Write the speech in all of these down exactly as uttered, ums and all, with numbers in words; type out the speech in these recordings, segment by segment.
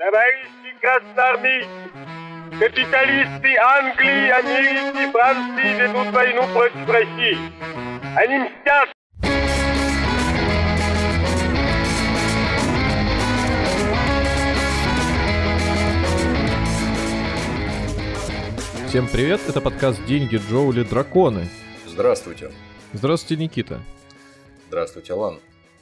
Товарищи красноармейцы, капиталисты Англии, Америки, Франции ведут войну против России. Они мстят. Всем привет, это подкаст «Деньги, Джоули, Драконы». Здравствуйте. Здравствуйте, Никита. Здравствуйте, Алан.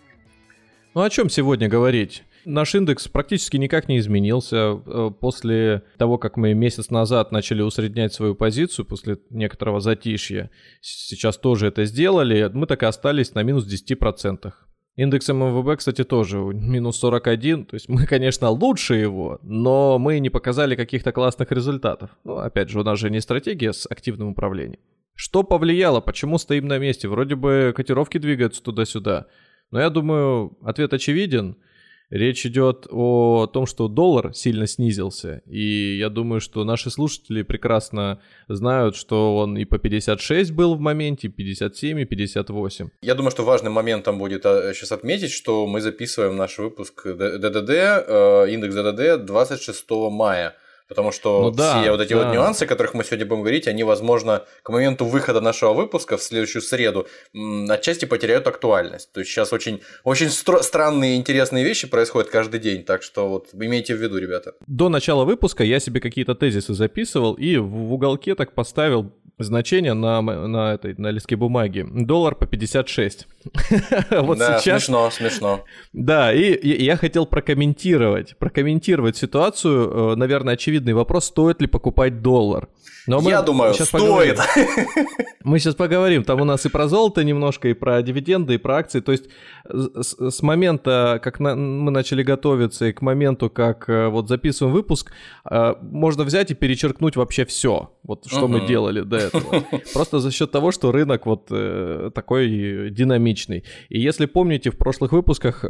Ну о чем сегодня говорить? Наш индекс практически никак не изменился после того, как мы месяц назад начали усреднять свою позицию, после некоторого затишья. Сейчас тоже это сделали, мы так и остались на минус десять процентов. Индекс эм эм вэ бэ, кстати, тоже минус сорок один, то есть мы, конечно, лучше его, но мы не показали каких-то классных результатов. Ну, опять же, у нас же не стратегия с активным управлением. Что повлияло, почему стоим на месте? Вроде бы котировки двигаются туда-сюда, но я думаю, ответ очевиден. Речь идет о том, что доллар сильно снизился, и я думаю, что наши слушатели прекрасно знают, что он и по пятьдесят шесть был в моменте, и пятьдесят семь, и пятьдесят восемь. Я думаю, что важным моментом будет сейчас отметить, что мы записываем наш выпуск дэ дэ дэ, индекс дэ дэ дэ двадцать шестого мая. Потому что ну, да, все вот эти да. вот нюансы, о которых мы сегодня будем говорить, они, возможно, к моменту выхода нашего выпуска в следующую среду отчасти потеряют актуальность. То есть сейчас очень, очень стро- странные и интересные вещи происходят каждый день. Так что вот имейте в виду, ребята. До начала выпуска я себе какие-то тезисы записывал и в уголке так поставил значение на, на, этой, на листке бумаги. Доллар по пятьдесят шесть. Вот да, сейчас... смешно, смешно. Да, и, и я хотел прокомментировать, прокомментировать ситуацию. Наверное, очевидный вопрос, стоит ли покупать доллар. Но мы я думаю, сейчас стоит. Поговорим. Мы сейчас поговорим. Там у нас и про золото немножко, и про дивиденды, и про акции. То есть с, с момента, как на, мы начали готовиться, и к моменту, как вот записываем выпуск, можно взять и перечеркнуть вообще все, вот что uh-huh. мы делали до этого. Просто за счет того, что рынок вот такой динамичный. И если помните, в прошлых выпусках,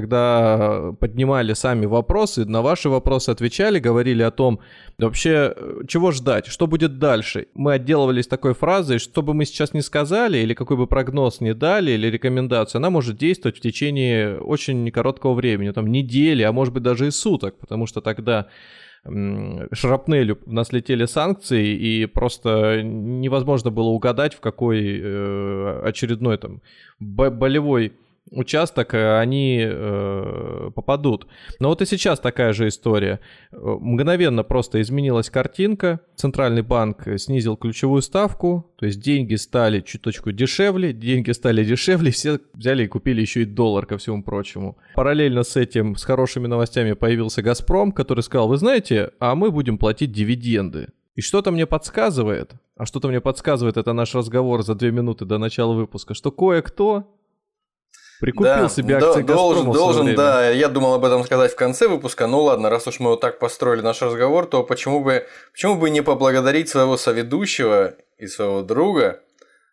когда поднимали сами вопросы, на ваши вопросы отвечали, говорили о том, вообще, чего ждать, что будет дальше. Мы отделывались такой фразой, что бы мы сейчас не сказали, или какой бы прогноз не дали, или рекомендацию, она может действовать в течение очень короткого времени, там недели, а может быть даже и суток, потому что тогда шрапнелью у нас летели санкции, и просто невозможно было угадать, в какой э, очередной там болевой участок они э, попадут. Но вот и сейчас такая же история. Мгновенно просто изменилась картинка. Центральный банк снизил ключевую ставку, то есть деньги стали чуточку дешевле, деньги стали дешевле, все взяли и купили еще и доллар, ко всему прочему. Параллельно с этим, с хорошими новостями появился «Газпром», который сказал, вы знаете, а мы будем платить дивиденды. И что-то мне подсказывает, а что-то мне подсказывает, это наш разговор за две минуты до начала выпуска, что кое-кто прикупил да, себе акции до, «Газпрома» должен, должен, да, я думал об этом сказать в конце выпуска, ну ладно, раз уж мы вот так построили наш разговор, то почему бы, почему бы не поблагодарить своего соведущего и своего друга,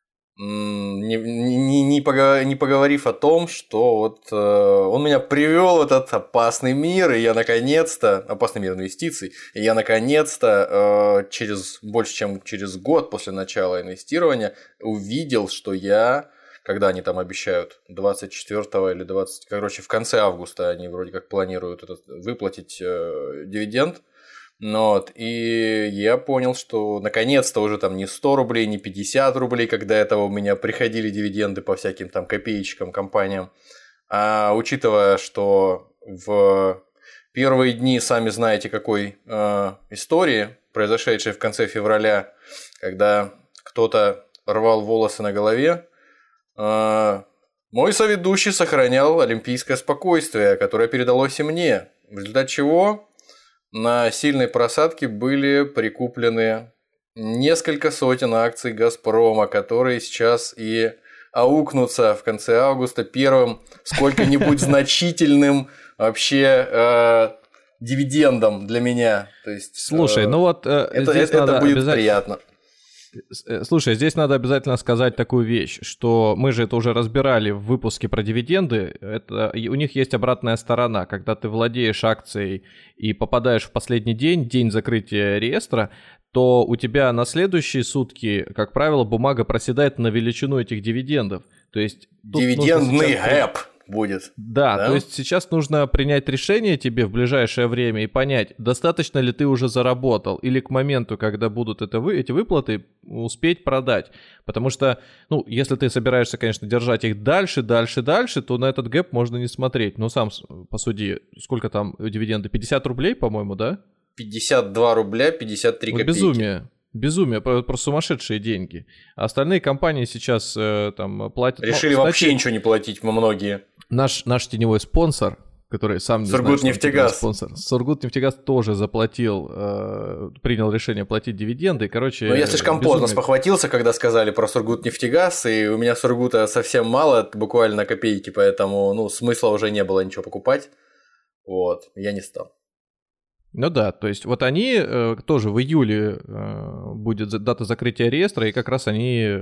не, не, не, поговор, не поговорив о том, что вот э, он меня привел в этот опасный мир, и я наконец-то, опасный мир инвестиций, и я наконец-то э, через больше чем через год после начала инвестирования увидел, что я... Когда они там обещают двадцать четвёртого или двадцатого, короче, в конце августа они вроде как планируют этот, выплатить э, дивиденд. Вот, и я понял, что наконец-то уже там не сто рублей, не пятьдесят рублей, как до этого у меня приходили дивиденды по всяким там копеечкам, компаниям. А учитывая, что в первые дни, сами знаете, какой э, истории, произошедшей в конце февраля, когда кто-то рвал волосы на голове, мой соведущий сохранял олимпийское спокойствие, которое передалось и мне, в результате чего на сильной просадке были прикуплены несколько сотен акций «Газпрома», которые сейчас и аукнутся в конце августа первым сколько-нибудь значительным вообще э, дивидендом для меня. То есть, слушай, э, ну вот э, это, это, это будет обязательно... приятно. Слушай, здесь надо обязательно сказать такую вещь, что мы же это уже разбирали в выпуске про дивиденды. Это, у них есть обратная сторона. Когда ты владеешь акцией и попадаешь в последний день, день закрытия реестра, то у тебя на следующие сутки, как правило, бумага проседает на величину этих дивидендов. То есть дивидендный гэп. будет. Да, да, то есть сейчас нужно принять решение тебе в ближайшее время и понять, достаточно ли ты уже заработал, или к моменту, когда будут это вы, эти выплаты, успеть продать. Потому что, ну, если ты собираешься, конечно, держать их дальше, дальше, дальше, то на этот гэп можно не смотреть. Но сам посуди, сколько там дивиденды? пятьдесят рублей, по-моему, да? пятьдесят два рубля пятьдесят три ну, копейки. Безумие. Безумие, просто сумасшедшие деньги. А остальные компании сейчас э, там платят... Решили ну, вообще ничего не платить, многие. Наш, наш теневой спонсор, который сам не Сургут знает, нефтегаз. Спонсор. Сургутнефтегаз тоже заплатил, э, принял решение платить дивиденды. Короче, ну, я слишком безумие. поздно спохватился, когда сказали про Сургутнефтегаз, и у меня Сургута совсем мало, буквально копейки, поэтому ну, смысла уже не было ничего покупать. Вот, я не стал. Ну да, то есть вот они э, тоже в июле э, будет дата закрытия реестра, и как раз они... Э...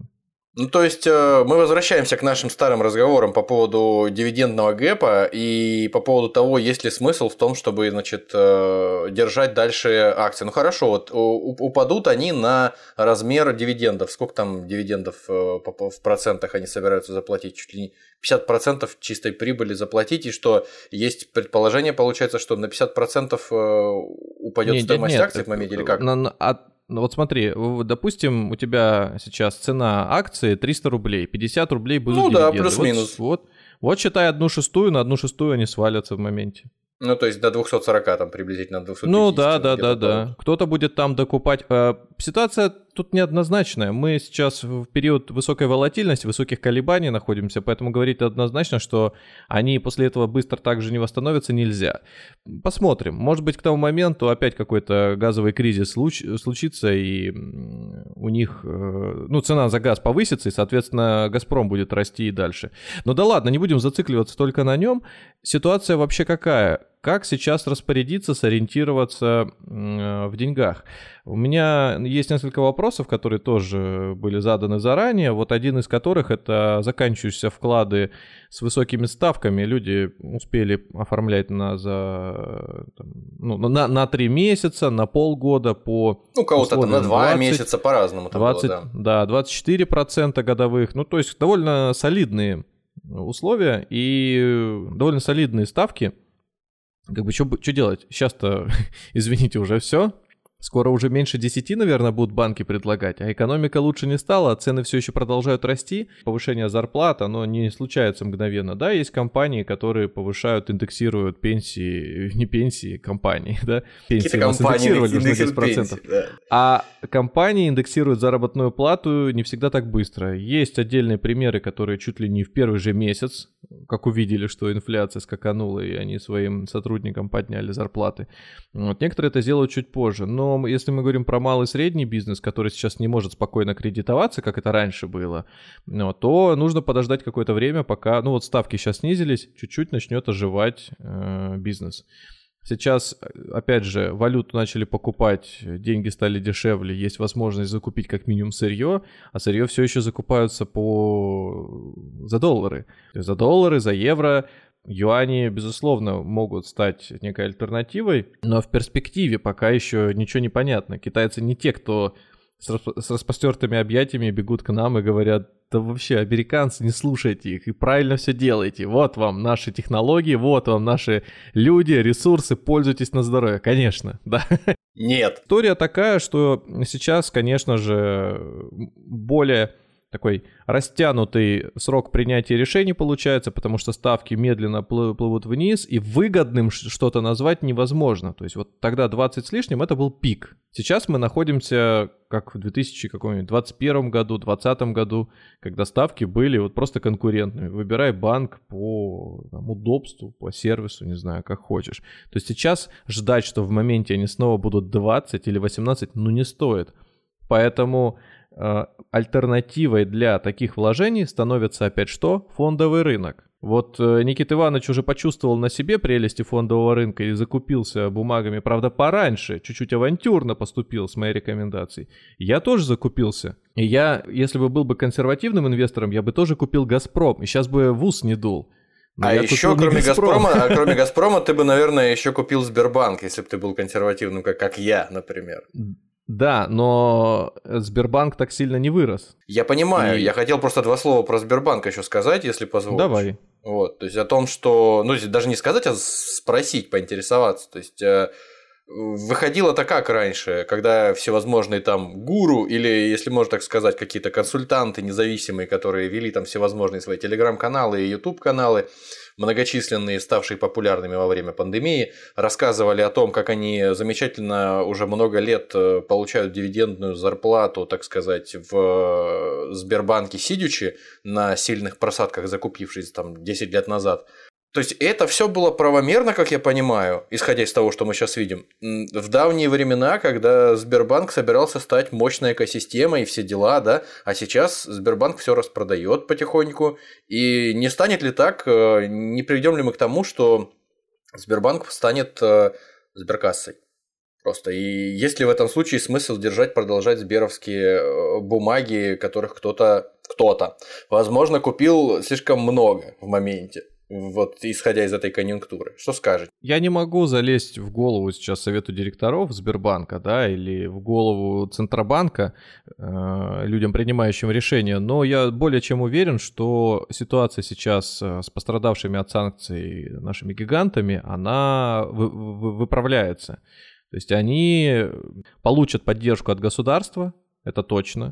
Ну то есть э, мы возвращаемся к нашим старым разговорам по поводу дивидендного гэпа и по поводу того, есть ли смысл в том, чтобы, значит, э, держать дальше акции. Ну хорошо, вот упадут они на размер дивидендов. Сколько там дивидендов э, в процентах они собираются заплатить? Чуть ли не пятьдесят процентов чистой прибыли заплатить, и что есть предположение, получается, что на пятьдесят процентов упадет нет, стоимость нет, акций в моменте или как? На, на, а, ну вот смотри, допустим, у тебя сейчас цена акции триста рублей, пятьдесят рублей будут ну, дивиденды. Ну да, плюс-минус. Вот, вот, вот считай одну шестую, на одну шестую они свалятся в моменте. Ну, то есть до двухсот сорока там приблизительно, двухсот пятидесяти. Ну, да, да, да, да. Кто-то будет там докупать. Ситуация тут неоднозначная. Мы сейчас в период высокой волатильности, высоких колебаний находимся, поэтому говорить однозначно, что они после этого быстро также не восстановятся, нельзя. Посмотрим. Может быть, к тому моменту опять какой-то газовый кризис случится, и у них, ну, цена за газ повысится, и, соответственно, «Газпром» будет расти и дальше. Но да ладно, не будем зацикливаться только на нем. Ситуация вообще какая? Как сейчас распорядиться, сориентироваться в деньгах? У меня есть несколько вопросов, которые тоже были заданы заранее. Вот один из которых — это заканчивающиеся вклады с высокими ставками. Люди успели оформлять на, за, там, ну, на, на три месяца, на полгода по... Ну, кого-то там на два месяца по-разному. Там двадцать, было, да. да, двадцать четыре процента годовых. Ну, то есть довольно солидные условия и довольно солидные ставки. Как бы, что делать? Сейчас-то, извините, уже все. Скоро уже меньше десяти, наверное, будут банки предлагать, а экономика лучше не стала, а цены все еще продолжают расти. Повышение зарплат, оно не случается мгновенно. Да, есть компании, которые повышают, индексируют пенсии, не пенсии, компании, да? Пенсии Какие-то компании индексируют пенсии, да. А компании индексируют заработную плату не всегда так быстро. Есть отдельные примеры, которые чуть ли не в первый же месяц, как увидели, что инфляция скаканула, и они своим сотрудникам подняли зарплаты. Вот. Некоторые это делают чуть позже, но Но если мы говорим про малый и средний бизнес, который сейчас не может спокойно кредитоваться, как это раньше было, ну, то нужно подождать какое-то время, пока, ну вот ставки сейчас снизились, чуть-чуть начнет оживать э, бизнес. Сейчас, опять же, валюту начали покупать, деньги стали дешевле, есть возможность закупить как минимум сырье, а сырье все еще закупаются по... за доллары. То есть за доллары, за евро. Юани, безусловно, могут стать некой альтернативой, но в перспективе пока еще ничего не понятно. Китайцы не те, кто с, расп- с распростертыми объятиями бегут к нам и говорят: да вообще, американцы, не слушайте их и правильно все делайте. Вот вам наши технологии, вот вам наши люди, ресурсы, пользуйтесь на здоровье. Конечно, да. Нет. История такая, что сейчас, конечно же, более... такой растянутый срок принятия решений получается, потому что ставки медленно плывут вниз, и выгодным что-то назвать невозможно. То есть вот тогда двадцать с лишним это был пик. Сейчас мы находимся как в две тысячи двадцать первом году, двадцатом году, когда ставки были вот просто конкурентными. Выбирай банк по там, удобству, по сервису, не знаю, как хочешь. То есть сейчас ждать, что в моменте они снова будут двадцать или восемнадцать, ну не стоит. Поэтому... альтернативой для таких вложений становится опять что? Фондовый рынок. Вот Никита Иванович уже почувствовал на себе прелести фондового рынка и закупился бумагами, правда, пораньше, чуть-чуть авантюрно поступил с моей рекомендацией. Я тоже закупился. И я, если бы был бы консервативным инвестором, я бы тоже купил «Газпром», и сейчас бы в ус не дул. Но а еще кроме «Газпрома», а кроме «Газпрома» ты бы, наверное, еще купил Сбербанк, если бы ты был консервативным, как, как я, например. Да, но Сбербанк так сильно не вырос. Я понимаю, И- я хотел просто два слова про Сбербанк еще сказать, если позволишь. Давай. Вот, то есть о том, что, ну, даже не сказать, а спросить, поинтересоваться. То есть э, выходило-то как раньше, когда всевозможные там гуру или, если можно так сказать, какие-то консультанты независимые, которые вели там всевозможные свои телеграм-каналы и ютуб-каналы, многочисленные, ставшие популярными во время пандемии, рассказывали о том, как они замечательно уже много лет получают дивидендную зарплату, так сказать, в Сбербанке сидячи на сильных просадках, закупившись там десять лет назад. То есть это все было правомерно, как я понимаю, исходя из того, что мы сейчас видим, в давние времена, когда Сбербанк собирался стать мощной экосистемой и все дела, да, а сейчас Сбербанк все распродает потихоньку, и не станет ли так, не приведем ли мы к тому, что Сбербанк станет сберкассой? Просто. И есть ли в этом случае смысл держать, продолжать сберовские бумаги, которых кто-то, кто-то, возможно, купил слишком много в моменте? Вот, исходя из этой конъюнктуры. Что скажете? Я не могу залезть в голову сейчас совету директоров Сбербанка, да, или в голову Центробанка, э, людям, принимающим решения, но я более чем уверен, что ситуация сейчас с пострадавшими от санкций нашими гигантами, она вы, вы, выправляется. То есть они получат поддержку от государства, это точно.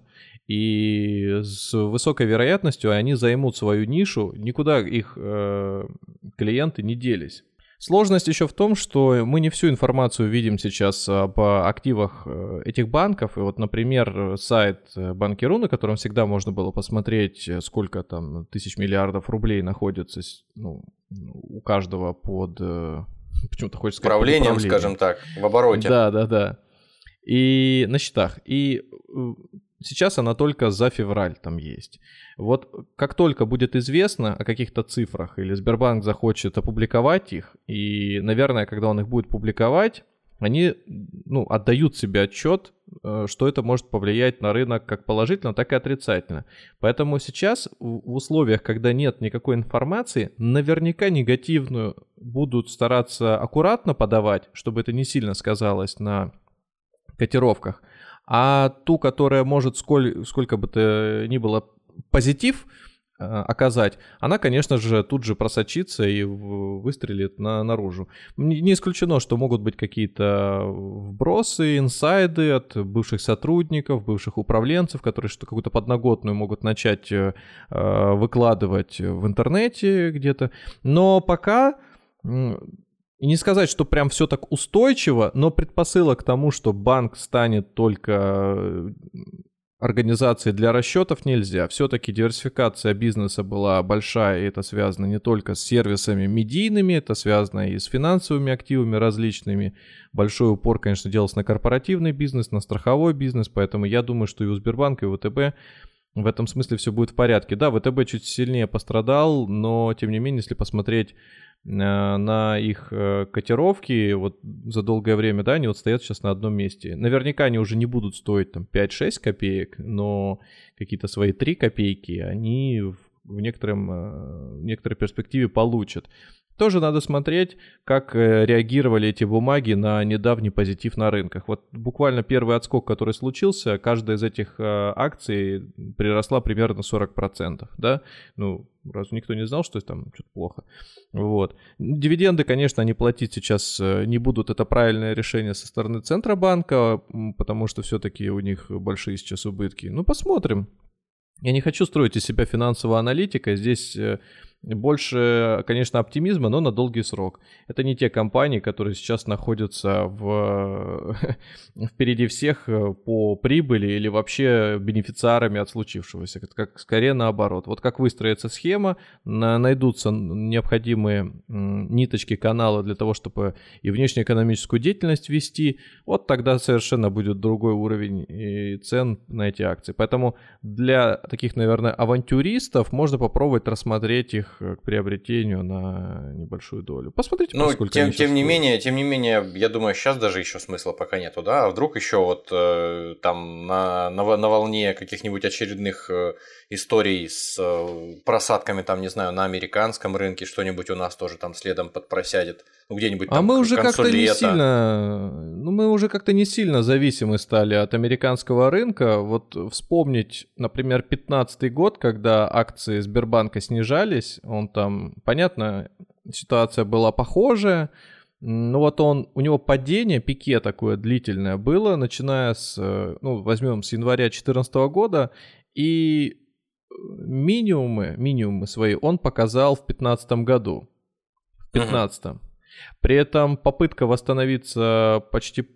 И с высокой вероятностью они займут свою нишу, никуда их э, клиенты не делись. Сложность еще в том, что мы не всю информацию видим сейчас об активах этих банков. И вот, например, сайт Банки.ру, на котором всегда можно было посмотреть, сколько там тысяч миллиардов рублей находится, ну, у каждого под... Почему-то хочется сказать, управлением, под управлением, скажем так, в обороте. Да, да, да. И на счетах. И сейчас она только за февраль там есть. Вот как только будет известно о каких-то цифрах, или Сбербанк захочет опубликовать их, и, наверное, когда он их будет публиковать, они, ну, отдают себе отчет, что это может повлиять на рынок как положительно, так и отрицательно. Поэтому сейчас в условиях, когда нет никакой информации, наверняка негативную будут стараться аккуратно подавать, чтобы это не сильно сказалось на котировках, а ту, которая может сколь, сколько бы то ни было позитив э, оказать, она, конечно же, тут же просочится и в, выстрелит на, наружу. Не, не исключено, что могут быть какие-то вбросы, инсайды от бывших сотрудников, бывших управленцев, которые что-то какую-то подноготную могут начать э, выкладывать в интернете где-то. Но пока... И не сказать, что прям все так устойчиво, но предпосылок к тому, что банк станет только организацией для расчетов, нельзя. Все-таки диверсификация бизнеса была большая, и это связано не только с сервисами медийными, это связано и с финансовыми активами различными. Большой упор, конечно, делался на корпоративный бизнес, на страховой бизнес, поэтому я думаю, что и у Сбербанка, и у ВТБ в этом смысле все будет в порядке. Да, ВТБ чуть сильнее пострадал, но тем не менее, если посмотреть на их котировки, вот за долгое время, да, они вот стоят сейчас на одном месте. Наверняка они уже не будут стоить там пять-шесть копеек, но какие-то свои три копейки они в некотором, в некоторой перспективе получат. Тоже надо смотреть, как реагировали эти бумаги на недавний позитив на рынках. Вот буквально первый отскок, который случился, каждая из этих акций приросла примерно сорок процентов, да? Ну, разве никто не знал, что там что-то плохо? Вот. Дивиденды, конечно, они платить сейчас не будут, это правильное решение со стороны Центробанка, потому что все-таки у них большие сейчас убытки. Ну, посмотрим. Я не хочу строить из себя финансового аналитика, здесь... Больше, конечно, оптимизма, но на долгий срок. Это не те компании, которые сейчас находятся в... впереди всех по прибыли или вообще бенефициарами от случившегося. Это как скорее наоборот. Вот как выстроится схема, найдутся необходимые ниточки, каналы для того, чтобы и внешнеэкономическую деятельность вести. Вот тогда совершенно будет другой уровень цен на эти акции. Поэтому для таких, наверное, авантюристов можно попробовать рассмотреть их к приобретению на небольшую долю. Посмотрите, ну, поскольку тем, тем не менее, тем не менее, я думаю, сейчас даже еще смысла пока нету, да, а вдруг еще вот э, там на, на, на волне каких-нибудь очередных э, историй с э, просадками, там, не знаю, на американском рынке что-нибудь у нас тоже там следом подпросядет, ну, где-нибудь там а мы уже к концу как-то не лета. сильно, Ну, мы уже как-то не сильно зависимы стали от американского рынка. Вот вспомнить, например, пятнадцатый год, когда акции Сбербанка снижались, он там, понятно, ситуация была похожая, но вот он, у него падение, пике такое длительное было, начиная с, ну, возьмем с января две тысячи четырнадцатого года, и минимумы, минимумы свои он показал в пятнадцатом году. В пятнадцатом. При этом попытка восстановиться почти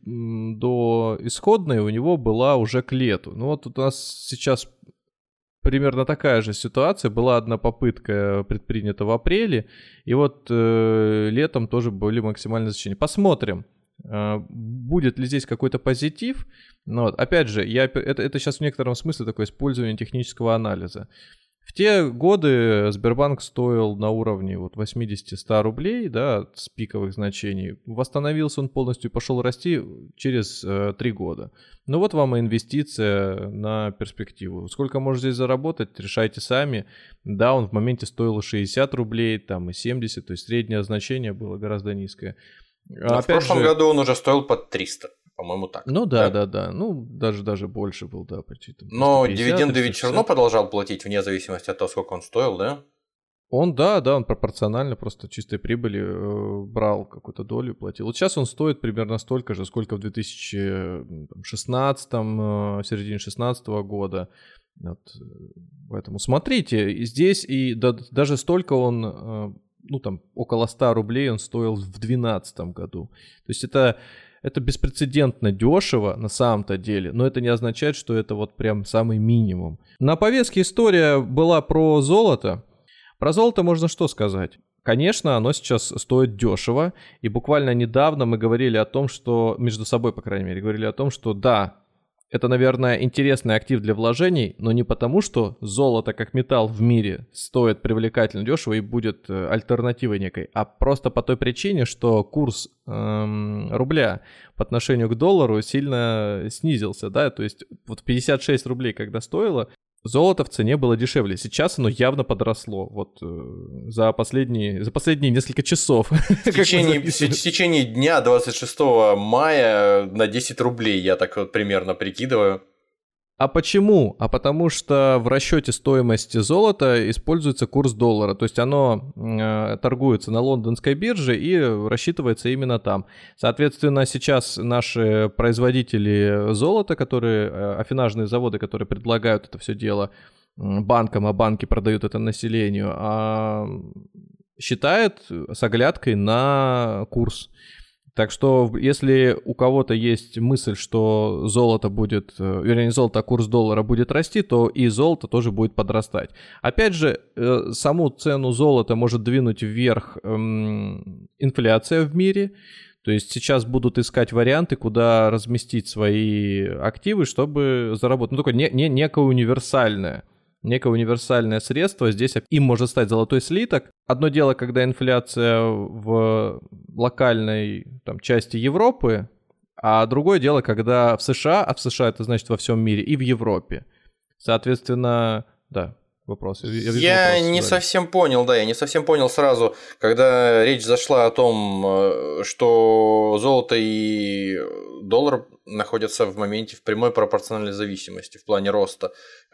до исходной у него была уже к лету. Ну вот у нас сейчас примерно такая же ситуация. Была одна попытка предпринята в апреле, и вот э, летом тоже были максимальные значения. Посмотрим, э, будет ли здесь какой-то позитив. Но вот, опять же, я, это, это сейчас в некотором смысле такое использование технического анализа. В те годы Сбербанк стоил на уровне вот восемьдесят-сто рублей, да, с пиковых значений. Восстановился он полностью и пошел расти через э, три года. Ну вот вам и инвестиция на перспективу. Сколько можно здесь заработать, решайте сами. Да, он в моменте стоил шестьдесят рублей, там и семьдесят, то есть среднее значение было гораздо низкое. А в прошлом же... году он уже стоил под триста. По-моему, так. Ну да, да, да, да. Ну, даже, даже больше был, да, почти. Там, но пятьдесят, дивиденды ведь все равно продолжал платить вне зависимости от того, сколько он стоил, да? Он, да, да, он пропорционально просто чистой прибыли э, брал какую-то долю, платил. Вот сейчас он стоит примерно столько же, сколько в две тысячи шестнадцатом, э, середине шестнадцатого года. Вот. Поэтому смотрите, здесь и да, даже столько он, э, ну там, около ста рублей он стоил в две тысячи двенадцатом году. То есть это... Это беспрецедентно дешево на самом-то деле, но это не означает, что это вот прям самый минимум. На повестке история была про золото. Про золото можно что сказать? Конечно, оно сейчас стоит дешево, и буквально недавно мы говорили о том, что, между собой, по крайней мере, говорили о том, что да, это, наверное, интересный актив для вложений, но не потому, что золото как металл в мире стоит привлекательно дешево и будет альтернативой некой, а просто по той причине, что курс эм, рубля по отношению к доллару сильно снизился, да, то есть вот пятьдесят шесть рублей, когда стоило, золото в цене было дешевле. Сейчас оно явно подросло. Вот э, за последние, за последние несколько часов. В течение, в, в течение дня двадцать шестого мая на десять рублей, я так вот примерно прикидываю. А почему? А потому что в расчете стоимости золота используется курс доллара. То есть оно э, торгуется на лондонской бирже и рассчитывается именно там. Соответственно, сейчас наши производители золота, которые, э, афинажные заводы, которые предлагают это все дело банкам, а банки продают это населению, а считают с оглядкой на курс. Так что, если у кого-то есть мысль, что золото будет, вернее, не золото, а курс доллара будет расти, то и золото тоже будет подрастать. Опять же, саму цену золота может двинуть вверх эм, инфляция в мире. То есть сейчас будут искать варианты, куда разместить свои активы, чтобы заработать. Ну, такое не, не, некое универсальное. Некое универсальное средство, здесь им может стать золотой слиток. Одно дело, когда инфляция в локальной там, части Европы, а другое дело, когда в США, а в США это значит во всем мире, и в Европе. Соответственно, да, вопрос. Я, я, я вопрос, не да. совсем понял, да, я не совсем понял сразу, когда речь зашла о том, что золото и доллар находятся в моменте в прямой пропорциональной зависимости в плане роста.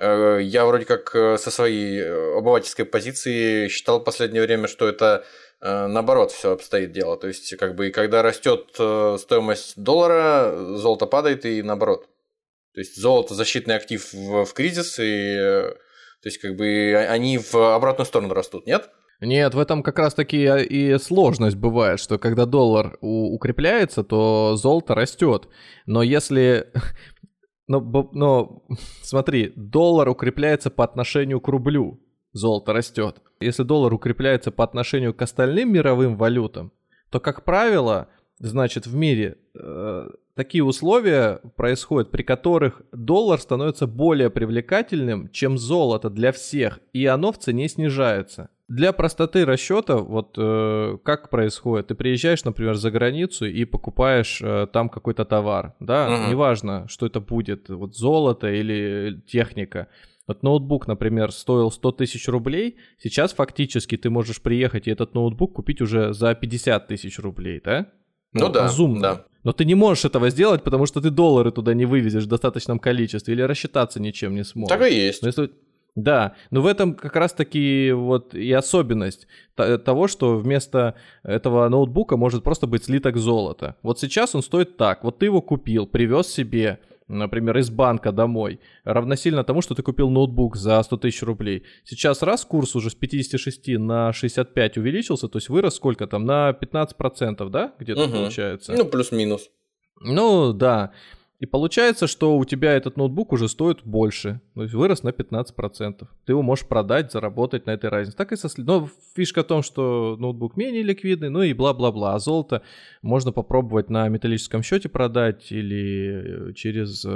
Я вроде как со своей обывательской позиции считал в последнее время, что это наоборот все обстоит дело. То есть, как бы, когда растет стоимость доллара, золото падает и наоборот. То есть, золото защитный актив в, в кризис, и то есть, как бы, они в обратную сторону растут, нет? Нет, в этом как раз-таки и сложность бывает, что когда доллар укрепляется, то золото растет. Но если... Но, но смотри, доллар укрепляется по отношению к рублю, золото растет. Если доллар укрепляется по отношению к остальным мировым валютам, то, как правило, значит, в мире э, такие условия происходят, при которых доллар становится более привлекательным, чем золото для всех, и оно в цене снижается. Для простоты расчета, вот э, как происходит, ты приезжаешь, например, за границу и покупаешь э, там какой-то товар, да, uh-huh. неважно, что это будет, вот золото или техника. Вот ноутбук, например, стоил сто тысяч рублей, сейчас фактически ты можешь приехать и этот ноутбук купить уже за пятьдесят тысяч рублей, да? Ну, ну да, разумно. да. Но ты не можешь этого сделать, потому что ты доллары туда не вывезешь в достаточном количестве или рассчитаться ничем не сможешь. Так и есть. Но если... Да, но в этом как раз-таки вот и особенность того, что вместо этого ноутбука может просто быть слиток золота. Вот сейчас он стоит так, вот ты его купил, привез себе, например, из банка домой, равносильно тому, что ты купил ноутбук за сто тысяч рублей. Сейчас раз курс уже с пятьдесят шесть на шестьдесят пять увеличился, то есть вырос сколько там, на пятнадцать процентов, да, где-то угу. получается? Ну, плюс-минус. Ну, да. И получается, что у тебя этот ноутбук уже стоит больше, то есть вырос на пятнадцать процентов. Ты его можешь продать, заработать на этой разнице. Так и со... Но фишка в том, что ноутбук менее ликвидный, ну и бла-бла-бла. А золото можно попробовать на металлическом счете продать или через...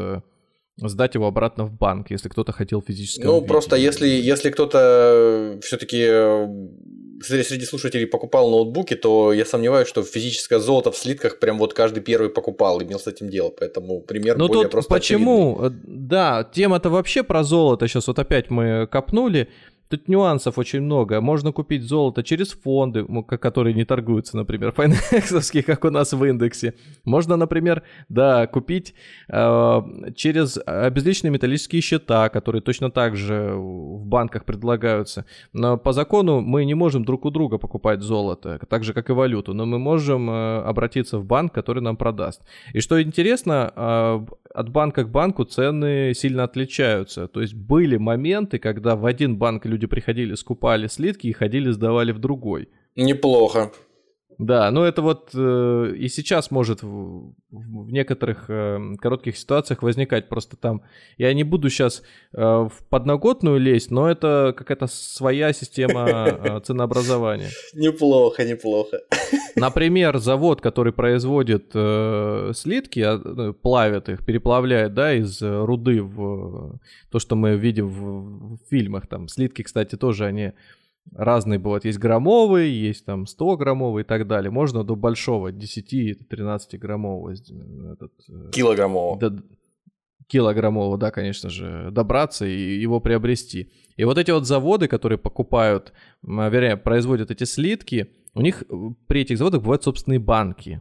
сдать его обратно в банк, если кто-то хотел физически. Ну, просто если, если кто-то все-таки среди слушателей покупал ноутбуки, то я сомневаюсь, что физическое золото в слитках прям вот каждый первый покупал, имел с этим дело, поэтому пример Но более тут просто почему? очевидный. Да, тема-то вообще про золото, сейчас вот опять мы копнули. Тут нюансов очень много. Можно купить золото через фонды, которые не торгуются, например, файнексовские, как у нас в индексе. Можно, например, да, купить э, через обезличенные металлические счета, которые точно так же в банках предлагаются. Но по закону мы не можем друг у друга покупать золото, так же, как и валюту, но мы можем э, обратиться в банк, который нам продаст. И что интересно, э, от банка к банку цены сильно отличаются. То есть были моменты, когда в один банк люди приходили, скупали слитки и ходили, сдавали в другой. Неплохо. Да, но это вот э, и сейчас может в, в некоторых э, коротких ситуациях возникать. Просто там, я не буду сейчас э, в подноготную лезть, но это какая-то своя система э, ценообразования. Неплохо, неплохо. Например, завод, который производит э, слитки, э, плавит их, переплавляет, да, из руды в то, что мы видим в, в фильмах. Там слитки, кстати, тоже они разные бывают. Есть граммовые, есть там сто граммовые и так далее. Можно до большого, десять-тринадцать граммового. Этот, килограммового. До, килограммового, да, конечно же, добраться и его приобрести. И вот эти вот заводы, которые покупают, вернее, производят эти слитки, у них при этих заводах бывают собственные банки.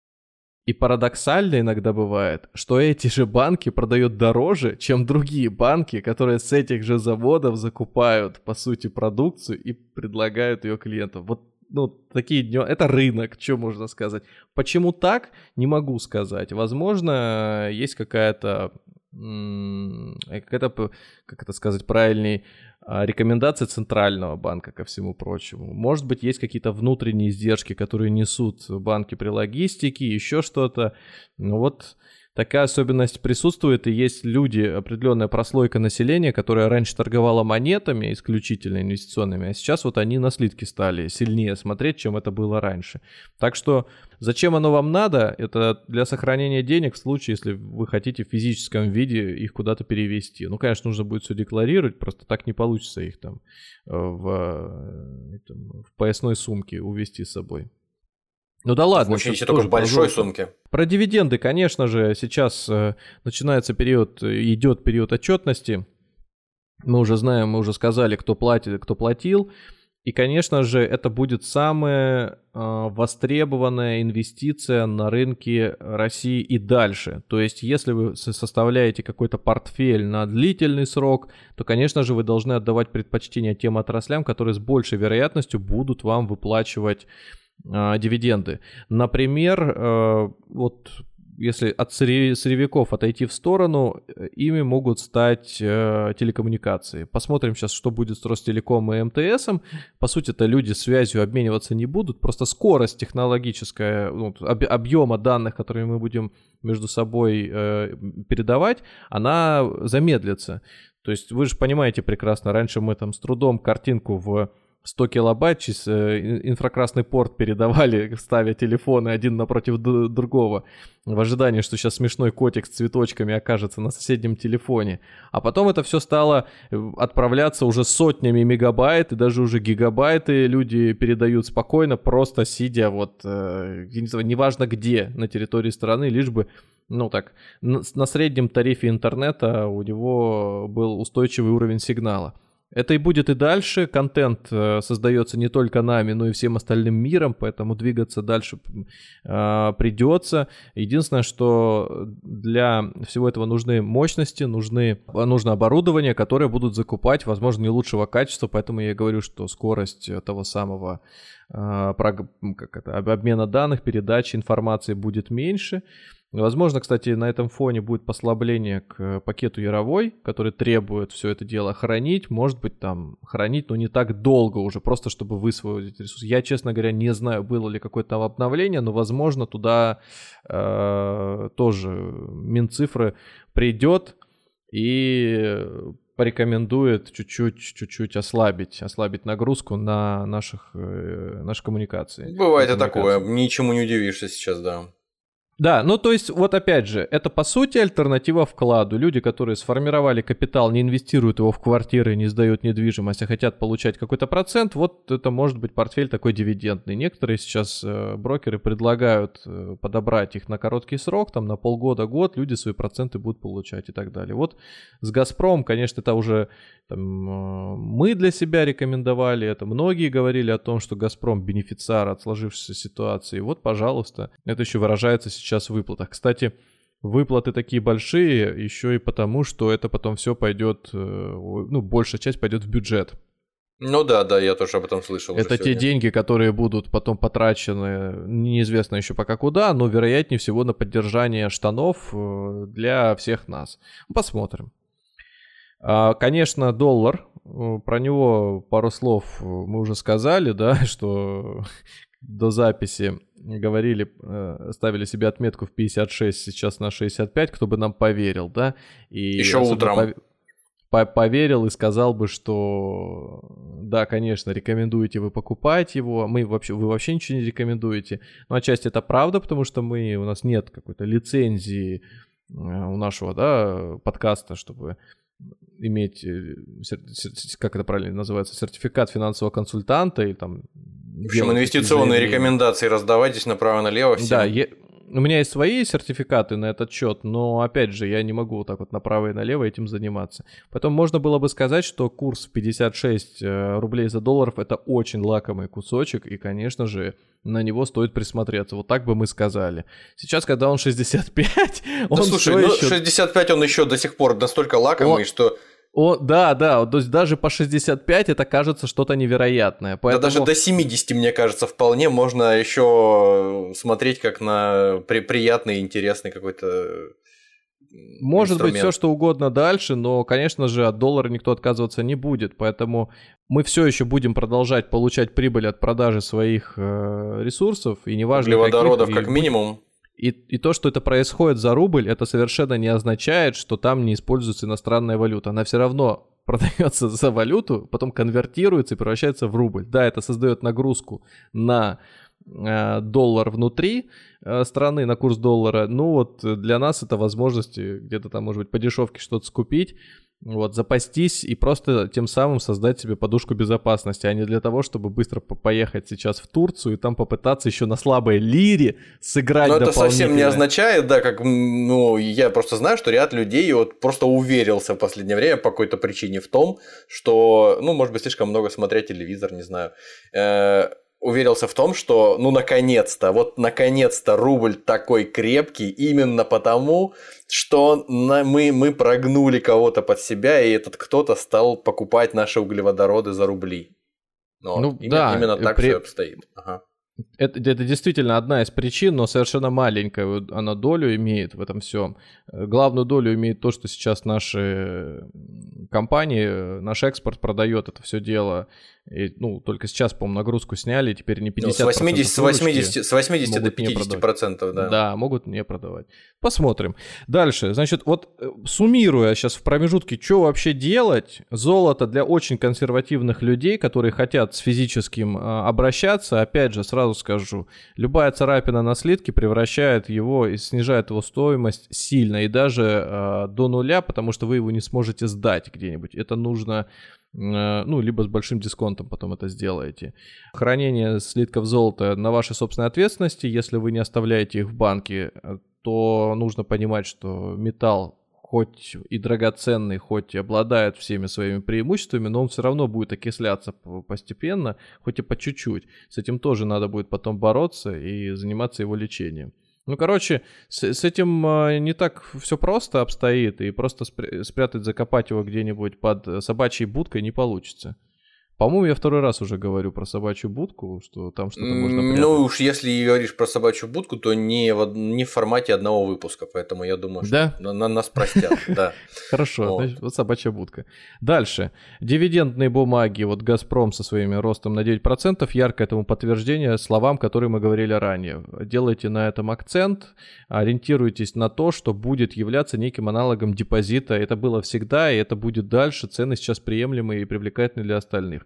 И парадоксально иногда бывает, что эти же банки продают дороже, чем другие банки, которые с этих же заводов закупают, по сути, продукцию и предлагают ее клиентам. Вот, ну, такие дни. Это рынок, что можно сказать. Почему так, не могу сказать. Возможно, есть какая-то, какая-то, как это сказать правильней, рекомендации Центрального банка ко всему прочему. Может быть, есть какие-то внутренние издержки, которые несут банки при логистике, еще что-то. Ну вот такая особенность присутствует, и есть люди, определенная прослойка населения, которая раньше торговала монетами, исключительно инвестиционными, а сейчас вот они на слитки стали сильнее смотреть, чем это было раньше. Так что зачем оно вам надо? Это для сохранения денег в случае, если вы хотите в физическом виде их куда-то перевести. Ну, конечно, нужно будет все декларировать, просто так не получится их там в, там, в поясной сумке увезти с собой. Ну да ладно. Очень еще только в большой про... сумке. Про дивиденды, конечно же, сейчас э, начинается период, идет период отчетности. Мы уже знаем, мы уже сказали, кто платит, кто платил. И, конечно же, это будет самая э, востребованная инвестиция на рынке России и дальше. То есть, если вы составляете какой-то портфель на длительный срок, то, конечно же, вы должны отдавать предпочтение тем отраслям, которые с большей вероятностью будут вам выплачивать дивиденды. Например, вот если от сырьевиков отойти в сторону, ими могут стать телекоммуникации. Посмотрим сейчас, что будет с Ростелеком и МТСом. По сути, это люди связью обмениваться не будут, просто скорость технологическая, ну, объема данных, которые мы будем между собой передавать, она замедлится. То есть вы же понимаете прекрасно, раньше мы там с трудом картинку в сто килобайт через инфракрасный порт передавали, ставя телефоны один напротив другого, в ожидании, что сейчас смешной котик с цветочками окажется на соседнем телефоне. А потом это все стало отправляться уже сотнями мегабайт, и даже уже гигабайты люди передают спокойно, просто сидя вот, неважно где, на территории страны, лишь бы, ну так, на среднем тарифе интернета у него был устойчивый уровень сигнала. Это и будет и дальше. Контент э, создается не только нами, но и всем остальным миром, поэтому двигаться дальше э, придется. Единственное, что для всего этого нужны мощности, нужны, нужно оборудование, которое будут закупать, возможно, не лучшего качества, поэтому я и говорю, что скорость того самого э, как это, обмена данных, передачи информации будет меньше. Возможно, кстати, на этом фоне будет послабление к пакету Яровой, который требует все это дело хранить. Может быть, там хранить, но не так долго уже, просто чтобы высвоить ресурс. Я, честно говоря, не знаю, было ли какое-то там обновление, но, возможно, туда э, тоже Минцифры придет и порекомендует чуть-чуть, чуть-чуть ослабить, ослабить нагрузку на наших, э, наши коммуникации. Бывает и такое, ничему не удивишься сейчас, да. Да, ну то есть вот опять же, это по сути альтернатива вкладу. Люди, которые сформировали капитал, не инвестируют его в квартиры, не сдают недвижимость, а хотят получать какой-то процент, вот это может быть портфель такой дивидендный. Некоторые сейчас э, брокеры предлагают э, подобрать их на короткий срок, там на полгода, год, люди свои проценты будут получать и так далее. Вот с «Газпромом», конечно, это уже там, э, мы для себя рекомендовали, это многие говорили о том, что «Газпром» бенефициар от сложившейся ситуации. Вот, пожалуйста, это еще выражается сейчас сейчас в выплатах. Кстати, выплаты такие большие еще и потому, что это потом все пойдет, ну, большая часть пойдет в бюджет. Ну да, да, я тоже об этом слышал. Это те деньги, которые будут потом потрачены, неизвестно еще пока куда, но вероятнее всего на поддержание штанов для всех нас. Посмотрим. Конечно, доллар, про него пару слов мы уже сказали, да, что до записи говорили, ставили себе отметку в пятьдесят шесть, сейчас на шестьдесят пять, кто бы нам поверил, да? И еще утром. По- поверил и сказал бы, что да, конечно, рекомендуете вы покупать его, мы вообще, вы вообще ничего не рекомендуете. Но отчасти это правда, потому что мы, у нас нет какой-то лицензии у нашего, да, подкаста, чтобы иметь, как это правильно называется, сертификат финансового консультанта или там... В общем, инвестиционные рекомендации раздавайтесь направо-налево всем. Да, я, у меня есть свои сертификаты на этот счет, но, опять же, я не могу вот так вот направо и налево этим заниматься. Потом можно было бы сказать, что курс пятьдесят шесть рублей за долларов – это очень лакомый кусочек, и, конечно же, на него стоит присмотреться. Вот так бы мы сказали. Сейчас, когда он шестьдесят пять, он да, слушай, ну, еще... шестьдесят пять он еще до сих пор настолько лакомый, он... что... О, да, да, то есть даже по шестьдесят пять это кажется что-то невероятное. Поэтому... Да даже до семидесяти, мне кажется, вполне можно еще смотреть как на при- приятный, интересный какой-то Может инструмент. быть все что угодно дальше, но, конечно же, от доллара никто отказываться не будет, поэтому мы все еще будем продолжать получать прибыль от продажи своих э, ресурсов, и неважно углеводородов каких, как и... минимум. И, и то, что это происходит за рубль, это совершенно не означает, что там не используется иностранная валюта. Она все равно продается за валюту, потом конвертируется и превращается в рубль. Да, это создает нагрузку на э, доллар внутри э, страны, на курс доллара. Ну вот для нас это возможности где-то там, может быть, по дешевке что-то скупить, вот, запастись и просто тем самым создать себе подушку безопасности, а не для того, чтобы быстро поехать сейчас в Турцию и там попытаться еще на слабой лире сыграть дополнительно. Но это дополнительно. совсем не означает, да, как, ну, я просто знаю, что ряд людей вот просто уверился в последнее время по какой-то причине в том, что, ну, может быть, слишком много смотреть телевизор, не знаю, э- уверился в том, что, ну, наконец-то, вот наконец-то рубль такой крепкий именно потому, что на, мы, мы прогнули кого-то под себя, и этот кто-то стал покупать наши углеводороды за рубли. Но ну, именно, да, именно так при... все обстоит. Ага. Это, это действительно одна из причин, но совершенно маленькую она долю имеет в этом всем. Главную долю имеет то, что сейчас наши компании, наш экспорт продает это все дело. И, ну, только сейчас, по-моему, нагрузку сняли, теперь не пятьдесят процентов. Ну, с восьмидесяти, с восьмидесяти до пятидесяти процентов, да. Да, могут не продавать. Посмотрим. Дальше, значит, вот суммируя сейчас в промежутке, что вообще делать, золото для очень консервативных людей, которые хотят с физическим а, обращаться, опять же, сразу скажу, любая царапина на слитке превращает его и снижает его стоимость сильно, и даже а, до нуля, потому что вы его не сможете сдать где-нибудь. Это нужно... ну, либо с большим дисконтом потом это сделаете. Хранение слитков золота на вашей собственной ответственности. Если вы не оставляете их в банке, то нужно понимать, что металл хоть и драгоценный, хоть и обладает всеми своими преимуществами, но он все равно будет окисляться постепенно, хоть и по чуть-чуть. С этим тоже надо будет потом бороться и заниматься его лечением. Ну, короче, с, с этим не так все просто обстоит, и просто спря- спрятать, закопать его где-нибудь под собачьей будкой не получится. По-моему, я второй раз уже говорю про собачью будку, что там что-то можно прятать. Ну уж если говоришь про собачью будку, то не в, не в формате одного выпуска, поэтому я думаю, что да? на, на нас простят. Да. Хорошо, вот. Значит, вот собачья будка. Дальше. Дивидендные бумаги, вот «Газпром» со своими ростом на девять процентов, ярко этому подтверждение словам, которые мы говорили ранее. Делайте на этом акцент, ориентируйтесь на то, что будет являться неким аналогом депозита. Это было всегда, и это будет дальше. Цены сейчас приемлемые и привлекательные для остальных.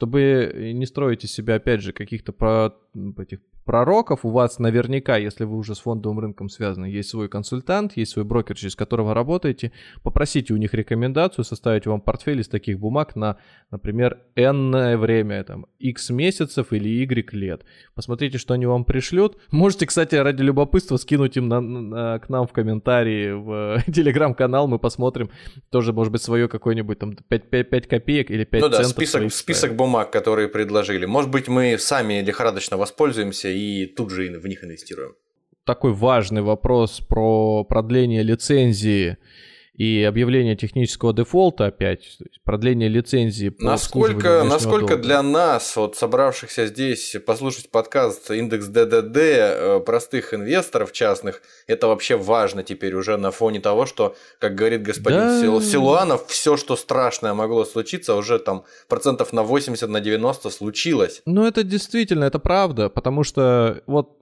Чтобы не строить из себя, опять же, каких-то про... этих пророков, у вас наверняка, если вы уже с фондовым рынком связаны, есть свой консультант, есть свой брокер, через которого работаете, попросите у них рекомендацию составить вам портфель из таких бумаг на, например, энное время, там, X месяцев или Y лет. Посмотрите, что они вам пришлют. Можете, кстати, ради любопытства скинуть им на, на, к нам в комментарии в телеграм-канал, мы посмотрим, тоже, может быть, свое какое-нибудь там пять, пять, пять копеек или пять ну центов. Ну да, список, список бумаг, которые предложили. Может быть, мы сами лихорадочно воспользуемся и тут же в них инвестируем. Такой важный вопрос про продление лицензии и объявление технического дефолта опять, то есть продление лицензии. По насколько насколько для нас, вот собравшихся здесь послушать подкаст «Индекс ДДД» простых инвесторов частных, это вообще важно теперь уже на фоне того, что, как говорит господин да. Силуанов, все, что страшное могло случиться, уже там процентов на восемьдесят, на девяносто случилось. Ну это действительно, это правда, потому что вот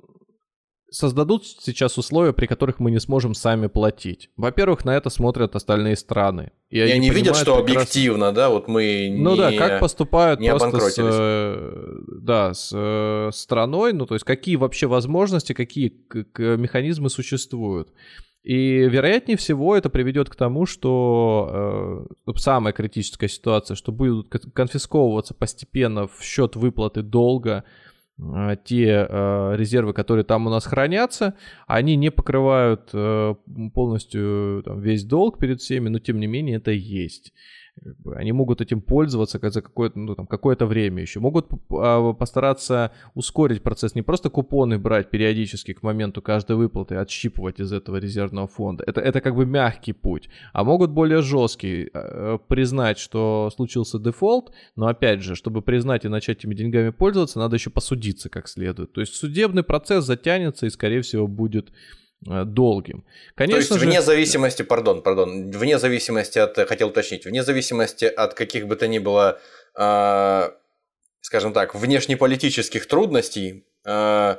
создадут сейчас условия, при которых мы не сможем сами платить. Во-первых, на это смотрят остальные страны. И, и они, они видят, что объективно, раз... да, вот мы ну не да, как поступают не просто с, да, с э, страной, ну то есть какие вообще возможности, какие к- к механизмы существуют. И вероятнее всего это приведет к тому, что э, самая критическая ситуация, что будут конфисковываться постепенно в счет выплаты долга те э, резервы, которые там у нас хранятся, они не покрывают э, полностью там, весь долг перед всеми, но тем не менее это есть. Они могут этим пользоваться за какое-то, ну, там, какое-то время еще. Могут постараться ускорить процесс, не просто купоны брать периодически к моменту каждой выплаты, отщипывать из этого резервного фонда. Это, это как бы мягкий путь. А могут более жесткий признать, что случился дефолт, но опять же, чтобы признать и начать этими деньгами пользоваться, надо еще посудиться как следует. То есть судебный процесс затянется и, скорее всего, будет долгим. Конечно То есть же... вне зависимости, пардон, пардон, вне зависимости от, хотел уточнить, вне зависимости от каких бы то ни было, э, скажем так, внешнеполитических трудностей, э,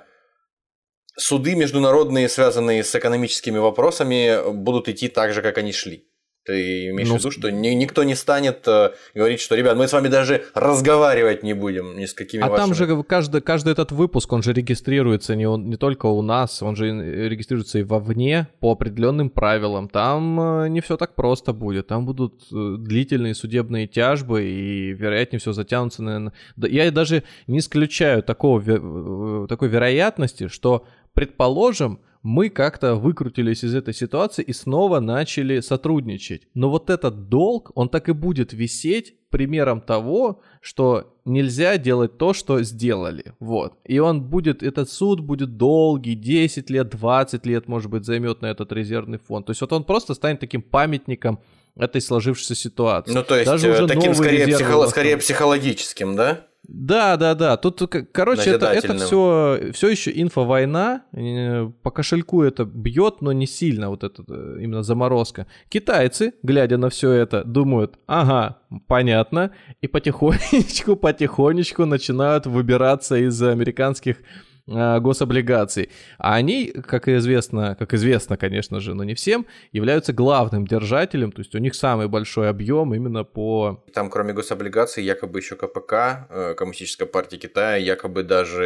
суды международные, связанные с экономическими вопросами, будут идти так же, как они шли. Ты имеешь ну, в виду, что ни, никто не станет э, говорить, что, ребят, мы с вами даже разговаривать не будем ни с какими а вашими... там же каждый, каждый этот выпуск, он же регистрируется не, он, не только у нас, он же регистрируется и вовне по определенным правилам. Там э, не все так просто будет. Там будут э, длительные судебные тяжбы и, вероятнее всего, затянутся, наверное... Я даже не исключаю такого, э, такой вероятности, что, предположим, мы как-то выкрутились из этой ситуации и снова начали сотрудничать. Но вот этот долг, он так и будет висеть примером того, что нельзя делать то, что сделали. Вот. И он будет, этот суд будет долгий, десять лет, двадцать лет, может быть, займет на этот резервный фонд. То есть вот он просто станет таким памятником этой сложившейся ситуации. Ну, то есть Даже уже таким скорее, психо- скорее психологическим, да? Да, да, да. Тут, короче, это, это все, все еще инфовойна. По кошельку это бьет, но не сильно, вот эта именно заморозка. Китайцы, глядя на все это, думают, ага, понятно, и потихонечку, потихонечку начинают выбираться из американских гособлигаций. А они, как известно, как известно, конечно же, но не всем, являются главным держателем, то есть у них самый большой объем именно по... Там, кроме гособлигаций, якобы еще ка пэ ка, Коммунистическая партия Китая, якобы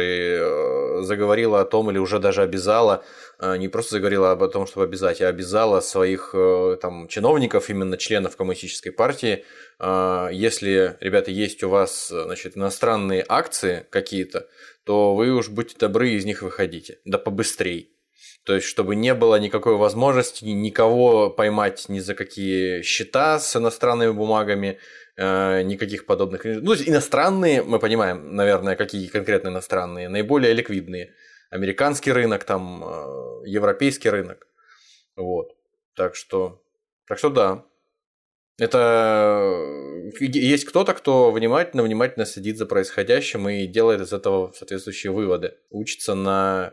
даже заговорила о том, или уже даже обязала, не просто заговорила об том, чтобы обязать, а обязала своих там чиновников, именно членов Коммунистической партии, если, ребята, есть у вас, значит, иностранные акции какие-то, то вы уж будьте добры, из них выходите, да побыстрей. То есть, чтобы не было никакой возможности никого поймать ни за какие счета с иностранными бумагами, э, никаких подобных. Ну, иностранные, мы понимаем, наверное, какие конкретно иностранные, наиболее ликвидные. Американский рынок, там, э, европейский рынок. Вот. Так что, так что да. Это есть кто-то, кто внимательно-внимательно следит за происходящим и делает из этого соответствующие выводы. Учится на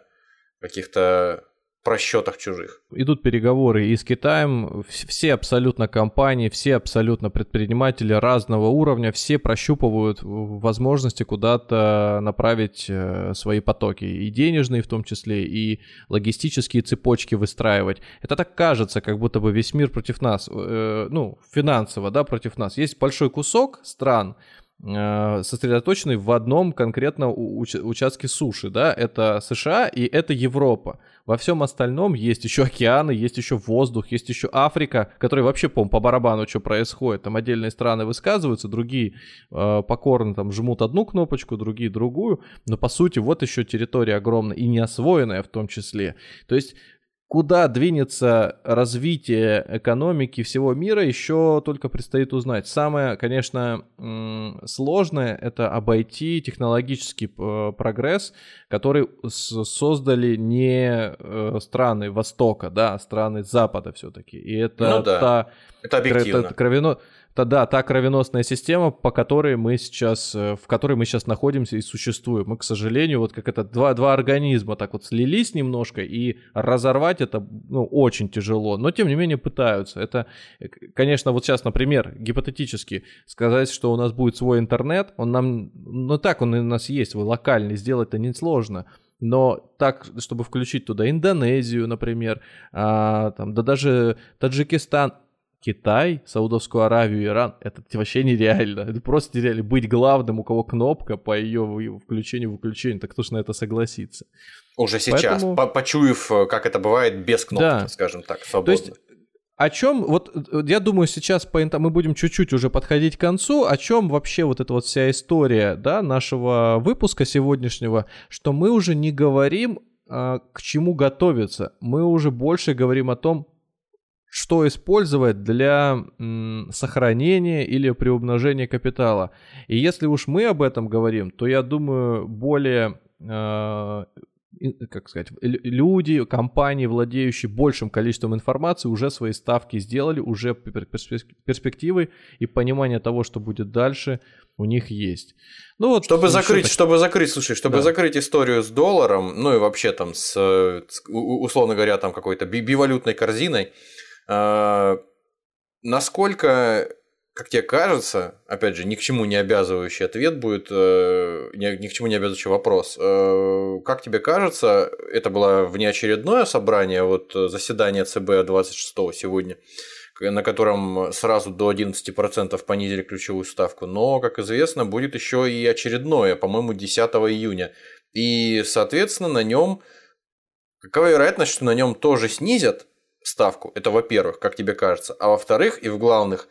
каких-то просчетах чужих. Идут переговоры и с Китаем, все абсолютно компании, все абсолютно предприниматели разного уровня, все прощупывают возможности куда-то направить свои потоки, и денежные в том числе, и логистические цепочки выстраивать. Это так кажется, как будто бы весь мир против нас, ну, финансово, да, против нас. Есть большой кусок стран, сосредоточенный в одном конкретном уч- участке суши, да, это США и это Европа. Во всем остальном есть еще океаны, есть еще воздух, есть еще Африка, которая вообще, по-моему, по барабану, что происходит. Там отдельные страны высказываются, другие э, покорно там жмут одну кнопочку, другие другую, но по сути вот еще территория огромная и неосвоенная в том числе. То есть куда двинется развитие экономики всего мира, еще только предстоит узнать. Самое, конечно, сложное — это обойти технологический прогресс, который создали не страны Востока, да, а страны Запада все-таки. И это, ну, да. та, это объективно. Это кровено... Это, да, та кровеносная система, по которой мы сейчас, в которой мы сейчас находимся и существуем. Мы, к сожалению, вот как это два, два организма так вот слились немножко, и разорвать это, ну, очень тяжело. Но, тем не менее, пытаются. Это, конечно, вот сейчас, например, гипотетически сказать, что у нас будет свой интернет, он нам, ну так он у нас есть, локальный, сделать-то несложно. Но так, чтобы включить туда Индонезию, например, а, там, да даже Таджикистан, Китай, Саудовскую Аравию, Иран, это вообще нереально. Это просто нереально. Быть главным, у кого кнопка по ее включению-выключению, так кто ж на это согласится? Уже сейчас, Поэтому... почуяв, как это бывает без кнопки, да. скажем так, свободно. То есть, о чем, вот я думаю, сейчас по, мы будем чуть-чуть уже подходить к концу, о чем вообще вот эта вот вся история, да, нашего выпуска сегодняшнего, что мы уже не говорим, а, к чему готовиться, мы уже больше говорим о том, что использовать для м, сохранения или приумножения капитала. И если уж мы об этом говорим, то я думаю, более, э, как сказать, люди, компании, владеющие большим количеством информации, уже свои ставки сделали, уже перспективы и понимание того, что будет дальше, у них есть. Ну, вот чтобы закрыть, так... чтобы закрыть, слушай, чтобы да. закрыть историю с долларом, ну и вообще там с, с условно говоря, там какой-то бивалютной корзиной, Uh, насколько, как тебе кажется, опять же, ни к чему не обязывающий ответ будет, uh, ни, ни к чему не обязывающий вопрос. Uh, как тебе кажется, это было внеочередное собрание, вот заседание ЦБ двадцать шестого сегодня, на котором сразу до одиннадцати процентов понизили ключевую ставку, но, как известно, будет еще и очередное, по-моему, десятого июня. И, соответственно, на нем, какова вероятность, что на нем тоже снизят ставку, это во-первых, как тебе кажется, а во-вторых и в главных,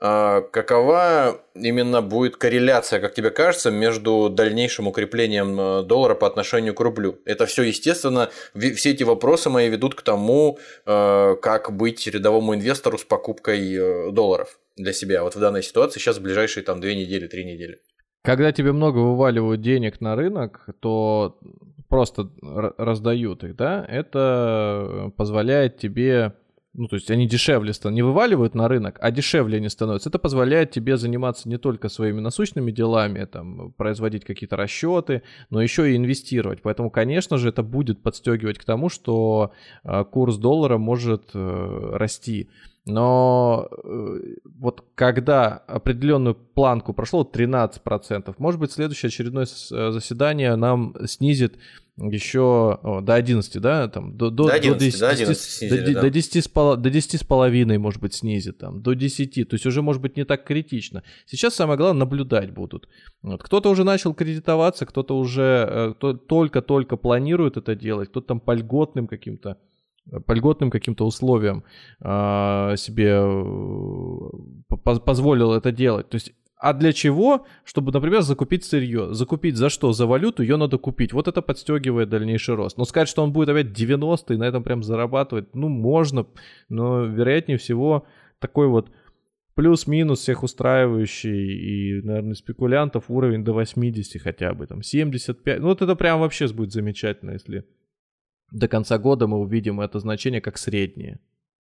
какова именно будет корреляция, как тебе кажется, между дальнейшим укреплением доллара по отношению к рублю? Это все, естественно, все эти вопросы мои ведут к тому, как быть рядовому инвестору с покупкой долларов для себя вот в данной ситуации сейчас в ближайшие там две недели, три недели. Когда тебе много вываливают денег на рынок, то просто раздают их, да, это позволяет тебе, ну, то есть они дешевле становятся, не вываливают на рынок, а дешевле они становятся. Это позволяет тебе заниматься не только своими насущными делами, там, производить какие-то расчеты, но еще и инвестировать. Поэтому, конечно же, это будет подстегивать к тому, что курс доллара может расти. Но э, вот когда определенную планку прошло тринадцать процентов, может быть, следующее очередное заседание нам снизит еще о, до одиннадцати, да, там, до, до, до одиннадцати, до десяти, до одиннадцати снизили, до, да. до, десяти с пол, до десяти с половиной, может быть, снизит, там, до десяти, то есть уже, может быть, не так критично. Сейчас самое главное, наблюдать будут. Вот. Кто-то уже начал кредитоваться, кто-то уже э, кто, только-только планирует это делать, кто-то там по льготным каким-то по льготным каким-то условиям э, себе позволил это делать. То есть А для чего? Чтобы, например, закупить сырье. Закупить за что? За валюту ее надо купить. Вот это подстегивает дальнейший рост. Но сказать, что он будет опять девяносто и на этом прям зарабатывать, ну, можно, но вероятнее всего такой вот плюс-минус всех устраивающий и, наверное, спекулянтов уровень до восемьдесят хотя бы, там, семьдесят пять. Ну, вот это прям вообще будет замечательно, если до конца года мы увидим это значение как среднее.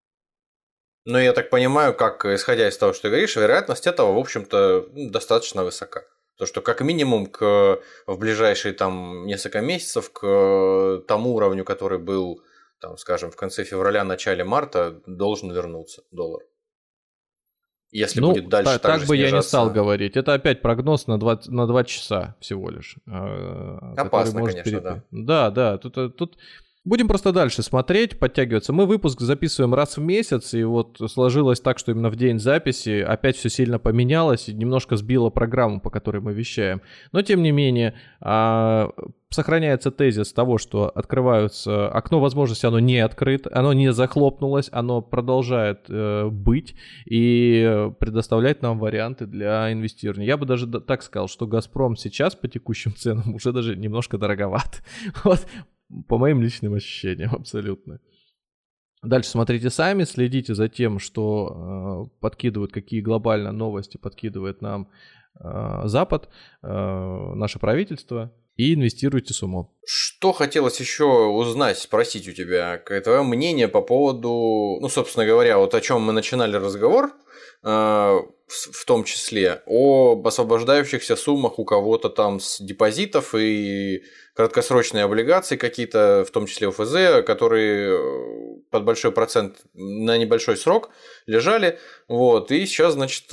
Ну, я так понимаю, как, исходя из того, что ты говоришь, вероятность этого, в общем-то, достаточно высока. То, что как минимум к, в ближайшие там несколько месяцев к тому уровню, который был, там, скажем, в конце февраля, начале марта, должен вернуться доллар. Если ну, будет дальше та, так, так же бы снижаться... я не стал говорить. Это опять прогноз на два, на два часа всего лишь. Опасно, конечно, переп... да. Да, да. Тут... тут... Будем просто дальше смотреть, подтягиваться. Мы выпуск записываем раз в месяц, и вот сложилось так, что именно в день записи опять все сильно поменялось и немножко сбило программу, по которой мы вещаем. Но, тем не менее, сохраняется тезис того, что открываются... Окно возможности, оно не открыто, оно не захлопнулось, оно продолжает быть и предоставлять нам варианты для инвестирования. Я бы даже так сказал, что «Газпром» сейчас по текущим ценам уже даже немножко дороговат. Вот. По моим личным ощущениям, абсолютно. Дальше смотрите сами, следите за тем, что э, подкидывают, какие глобальные новости подкидывает нам э, Запад, э, наше правительство, и инвестируйте с умом. Что хотелось еще узнать, спросить у тебя, твое мнение по поводу, ну, собственно говоря, вот о чем мы начинали разговор, э, в том числе об освобождающихся суммах у кого-то там с депозитов и краткосрочные облигации какие-то, в том числе ОФЗ, которые под большой процент на небольшой срок лежали. Вот, и сейчас, значит,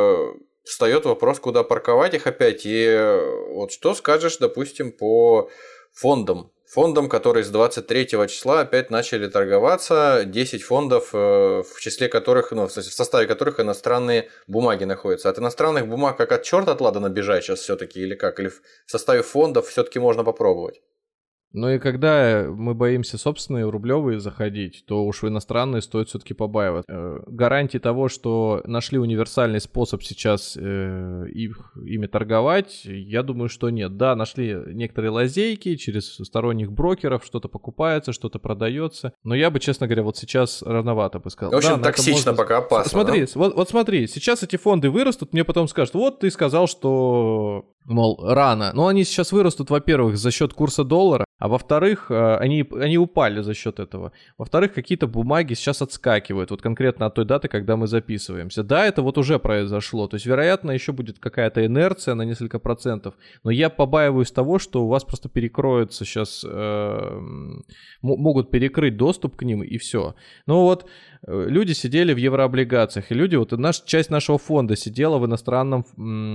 встает вопрос, куда парковать их опять. И вот что скажешь, допустим, по фондам? Фондам, которые с двадцать третьего числа опять начали торговаться, десять фондов, в числе которых, ну, в составе которых иностранные бумаги находятся. От иностранных бумаг как от черта от ладана бежать сейчас все-таки или как? Или в составе фондов все-таки можно попробовать? Ну и когда мы боимся собственные рублевые заходить, то уж в иностранные стоит все-таки побаиваться. Гарантии того, что нашли универсальный способ сейчас э, их, ими торговать, я думаю, что нет. Да, нашли некоторые лазейки через сторонних брокеров, что-то покупается, что-то продается. Но я бы, честно говоря, вот сейчас рановато бы сказал. В общем, да, токсично можно... пока опасно. Смотри, да? вот, вот смотри, сейчас эти фонды вырастут, мне потом скажут, вот ты сказал, что... Мол, рано. Но они сейчас вырастут, во-первых, за счет курса доллара, а во-вторых, они, они упали за счет этого. Во-вторых, какие-то бумаги сейчас отскакивают, вот конкретно от той даты, когда мы записываемся. Да, это вот уже произошло. То есть, вероятно, еще будет какая-то инерция на несколько процентов. Но я побаиваюсь того, что у вас просто перекроется сейчас, э, могут перекрыть доступ к ним и все. Ну вот, люди сидели в еврооблигациях, и люди, вот наш, часть нашего фонда сидела в иностранном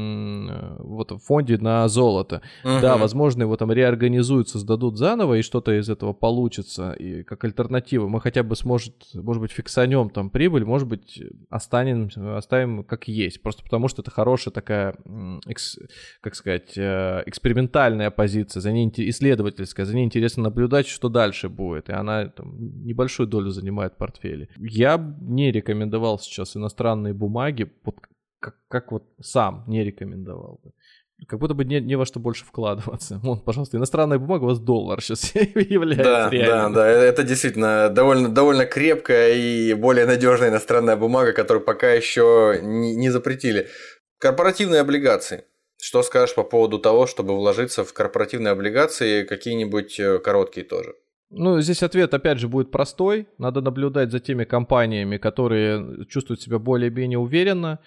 м- вот, фонде на золото. Uh-huh. Да, возможно, его там реорганизуют, создадут заново, и что-то из этого получится, и как альтернатива. Мы хотя бы сможет, может быть, фиксанем там прибыль, может быть, останем, оставим как есть. Просто потому, что это хорошая такая, экс, как сказать, экспериментальная позиция, за ней исследовательская, за ней интересно наблюдать, что дальше будет. И она там небольшую долю занимает в портфеле. Я не рекомендовал сейчас иностранные бумаги, вот как, как вот сам не рекомендовал бы. Как будто бы не, не во что больше вкладываться. Вон, пожалуйста, иностранная бумага, у вас доллар сейчас является да, реально. Да, да, это действительно довольно, довольно крепкая и более надежная иностранная бумага, которую пока еще не, не запретили. Корпоративные облигации. Что скажешь по поводу того, чтобы вложиться в корпоративные облигации, какие-нибудь короткие тоже? Ну, здесь ответ, опять же, будет простой. Надо наблюдать за теми компаниями, которые чувствуют себя более-менее уверенно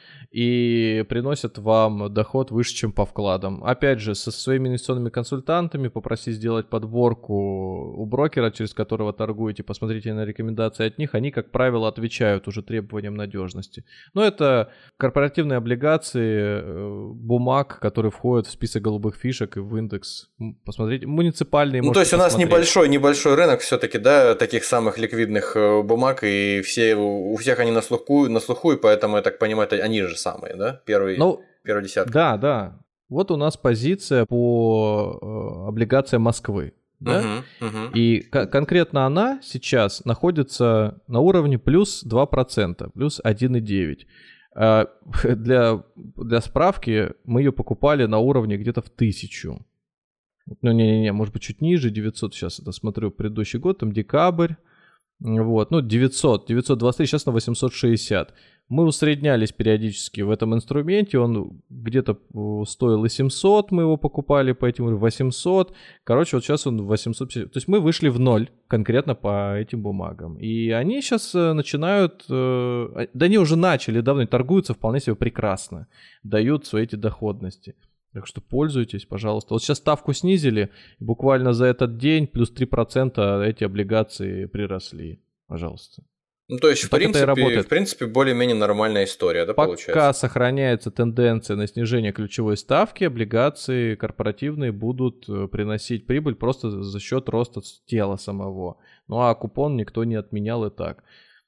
и приносят вам доход выше, чем по вкладам. Опять же, со своими инвестиционными консультантами попроси сделать подборку у брокера, через которого торгуете, посмотрите на рекомендации от них. Они, как правило, отвечают уже требованиям надежности. Но это корпоративные облигации бумаг, которые входят в список голубых фишек и в индекс. Посмотрите, муниципальные. Ну, то есть у нас небольшой, небольшой рынок все-таки, да, таких самых ликвидных бумаг, и все, у всех они на слуху, на слуху, и поэтому, я так понимаю, это они же самые, да, первые, ну, первая десятка. Да, да. Вот у нас позиция по э, облигациям Москвы, да, uh-huh, uh-huh. и к- конкретно она сейчас находится на уровне плюс два процента, плюс один целых девять десятых. Для, для справки, мы ее покупали на уровне где-то в тысячу. Ну, не-не-не, может быть, чуть ниже, девятьсот, сейчас это смотрю, предыдущий год, там декабрь, вот, ну, девятьсот, девятьсот двадцать три, сейчас на восемьсот шестьдесят. Мы усреднялись периодически в этом инструменте, он где-то стоил и семьсот, мы его покупали по этим, восемьсот, короче, вот сейчас он восемьсот пятьдесят, то есть мы вышли в ноль конкретно по этим бумагам, и они сейчас начинают, да они уже начали, давно торгуются вполне себе прекрасно, дают свои эти доходности. Так что пользуйтесь, пожалуйста. Вот сейчас ставку снизили, буквально за этот день плюс три процента эти облигации приросли. Пожалуйста. Ну, то есть, в принципе, в принципе, более-менее нормальная история, да, Пока получается? Пока сохраняется тенденция на снижение ключевой ставки, облигации корпоративные будут приносить прибыль просто за счет роста тела самого. Ну, а купон никто не отменял и так.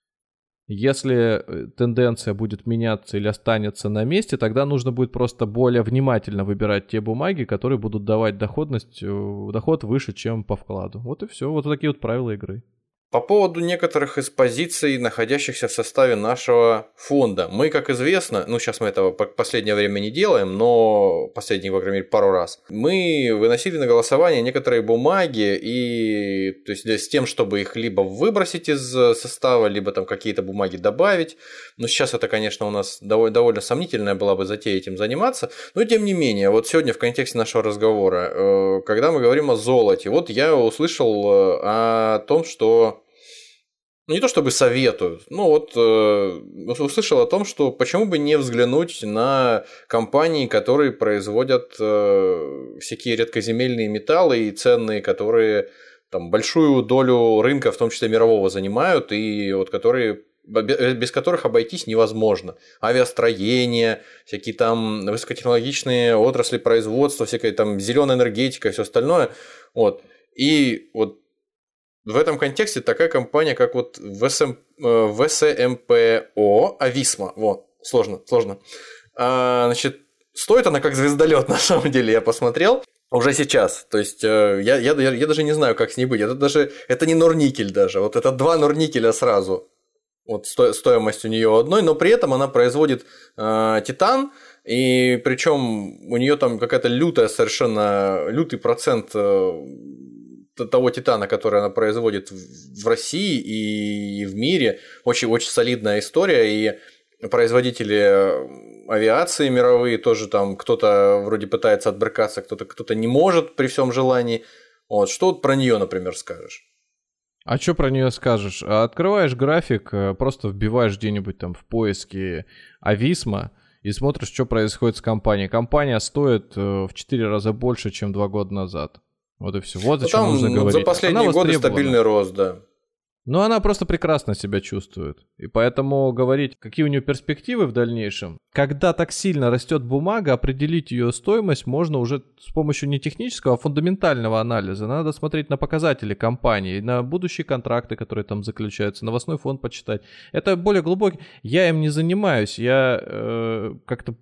Если тенденция будет меняться или останется на месте, тогда нужно будет просто более внимательно выбирать те бумаги, которые будут давать доходность, доход выше, чем по вкладу. Вот и все. Вот такие вот правила игры. По поводу некоторых из позиций, находящихся в составе нашего фонда. Мы, как известно, ну сейчас мы этого в последнее время не делаем, но последние, по крайней мере, пару раз, мы выносили на голосование некоторые бумаги, и то есть с тем, чтобы их либо выбросить из состава, либо там какие-то бумаги добавить. Но сейчас это, конечно, у нас довольно, довольно сомнительная была бы затея этим заниматься. Но тем не менее, вот сегодня в контексте нашего разговора, когда мы говорим о золоте, вот я услышал о том, что ну, не то чтобы советуют, но вот э, услышал о том, что почему бы не взглянуть на компании, которые производят э, всякие редкоземельные металлы и ценные, которые там большую долю рынка, в том числе мирового, занимают, и вот которые, без которых обойтись невозможно. Авиастроение, всякие там высокотехнологичные отрасли производства, всякая там зеленая энергетика и все остальное. Вот. И вот в этом контексте такая компания, как вот вэ эс эм пэ о, Ависма, вот, сложно, сложно, а, значит, стоит она как звездолет, на самом деле, я посмотрел, уже сейчас, то есть, я, я, я даже не знаю, как с ней быть, это даже, это не норникель даже, вот это два норникеля сразу, вот сто, стоимость у нее одной, но при этом она производит э, титан, и причем у нее там какая-то лютая совершенно, лютый процент э, того титана, который она производит в России и в мире, очень, очень солидная история, и производители авиации мировые тоже там, кто-то вроде пытается отбрыкаться, кто-то, кто-то не может при всем желании. Вот. Что про нее, например, скажешь? А что про нее скажешь? Открываешь график, просто вбиваешь где-нибудь там в поиске Ависма и смотришь, что происходит с компанией. Компания стоит в четыре раза больше, чем два года назад. Вот и все. Вот о чем там нужно говорить. За последние годы стабильный рост, да. Но она просто прекрасно себя чувствует. И поэтому говорить, какие у нее перспективы в дальнейшем. Когда так сильно растет бумага, определить ее стоимость можно уже с помощью не технического, а фундаментального анализа. Надо смотреть на показатели компании, на будущие контракты, которые там заключаются, новостной фонд почитать. Это более глубокий. Я им не занимаюсь. Я э, как-то...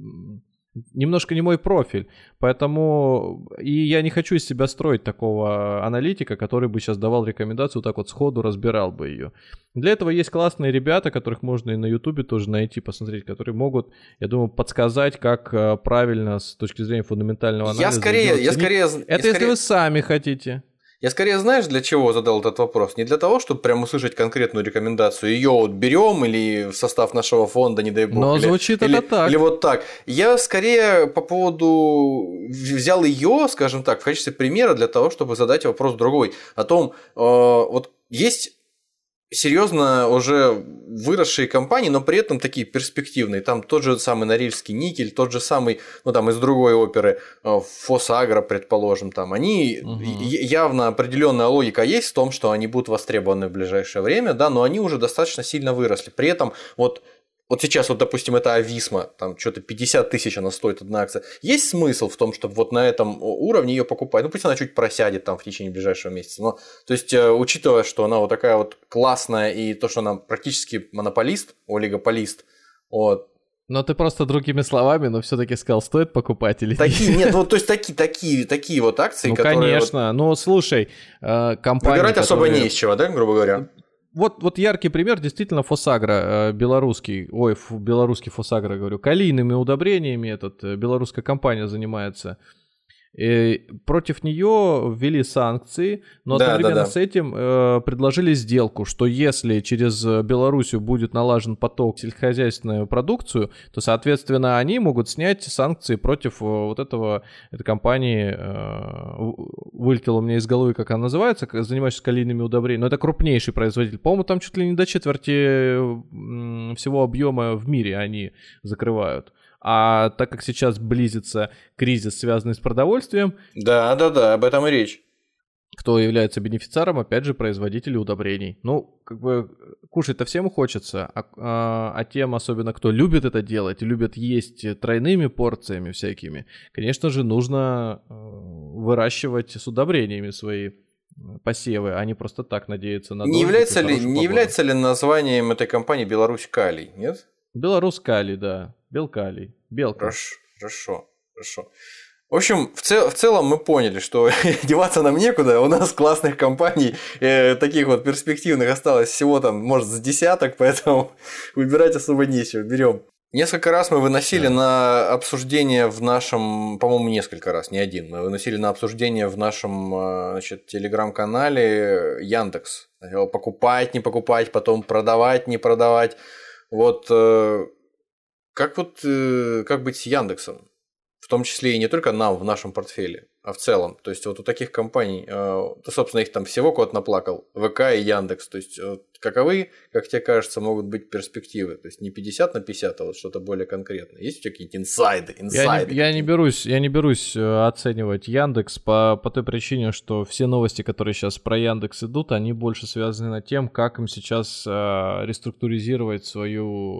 немножко не мой профиль, поэтому и я не хочу из себя строить такого аналитика, который бы сейчас давал рекомендацию, так вот сходу разбирал бы ее. Для этого есть классные ребята, которых можно и на ютубе тоже найти, посмотреть, которые могут, я думаю, подсказать, как правильно с точки зрения фундаментального анализа. Я скорее, я скорее, это я если скорее... вы сами хотите. Я скорее, знаешь, для чего задал этот вопрос? Не для того, чтобы прям услышать конкретную рекомендацию, ее вот берем или в состав нашего фонда, не дай бог. Но или, звучит или, это так. Или вот так. Я скорее по поводу взял ее, скажем так, в качестве примера для того, чтобы задать вопрос другой. О том, э, вот есть серьезно уже выросшие компании, но при этом такие перспективные. Там тот же самый Норильский никель, тот же самый, ну там из другой оперы, Фосагро, предположим, там они угу. явно определенная логика есть в том, что они будут востребованы в ближайшее время, да, но они уже достаточно сильно выросли. При этом вот Вот сейчас, вот, допустим, это Ависма, там что-то пятьдесят тысяч она стоит, одна акция. Есть смысл в том, чтобы вот на этом уровне ее покупать? Ну, пусть она чуть просядет там в течение ближайшего месяца. Но, то есть, учитывая, что она вот такая вот классная, и то, что она практически монополист, олигополист, вот. Но ты просто другими словами, но все-таки сказал, стоит покупать или такие, нет? Нет, вот, то есть, такие, такие, такие вот акции, ну, которые... Ну, конечно. Вот... Ну, слушай, компания... Выбирать особо не из чего, да, грубо говоря? Вот, вот яркий пример действительно Фосагро, белорусский, ой, фу, белорусский Фосагро, говорю, калийными удобрениями этот, белорусская компания занимается. И против нее ввели санкции, но да, одновременно да, да. с этим э, предложили сделку, что если через Белоруссию будет налажен поток сельскохозяйственную продукцию, то, соответственно, они могут снять санкции против вот этого, этой компании, э, вылетело у меня из головы, как она называется, занимающаяся калийными удобрениями, но это крупнейший производитель, по-моему, там чуть ли не до четверти всего объема в мире они закрывают. А так как сейчас близится кризис, связанный с продовольствием... Да-да-да, об этом и речь. Кто является бенефициаром, опять же, производители удобрений. Ну, как бы кушать-то всем хочется, а, а, а тем, особенно кто любит это делать, любит есть тройными порциями всякими, конечно же, нужно выращивать с удобрениями свои посевы, а не просто так надеяться на... Не является ли, не является ли названием этой компании Беларусь Калий, нет? Беларусь Калий, да. Белкалий. Белка. Хорошо, хорошо, хорошо. В общем, в, цел, в целом мы поняли, что деваться нам некуда. У нас классных компаний, э, таких вот перспективных, осталось всего там, может, с десяток, поэтому выбирать особо нечего. Берем. Несколько раз мы выносили да. на обсуждение в нашем, по-моему, несколько раз, не один, мы выносили на обсуждение в нашем, значит, телеграм-канале Яндекс. Покупать, не покупать, потом продавать, не продавать. Вот... Как вот как быть с Яндексом? В том числе и не только нам в нашем портфеле, а в целом. То есть вот у таких компаний, собственно, их там всего кот наплакал, ВК и Яндекс. То есть каковы, как тебе кажется, могут быть перспективы? То есть не пятьдесят на пятьдесят, а вот что-то более конкретное. Есть у тебя какие-то инсайды? инсайды я, не, я, не берусь, я не берусь оценивать Яндекс по, по той причине, что все новости, которые сейчас про Яндекс идут, они больше связаны на тем, как им сейчас а, реструктуризировать свою...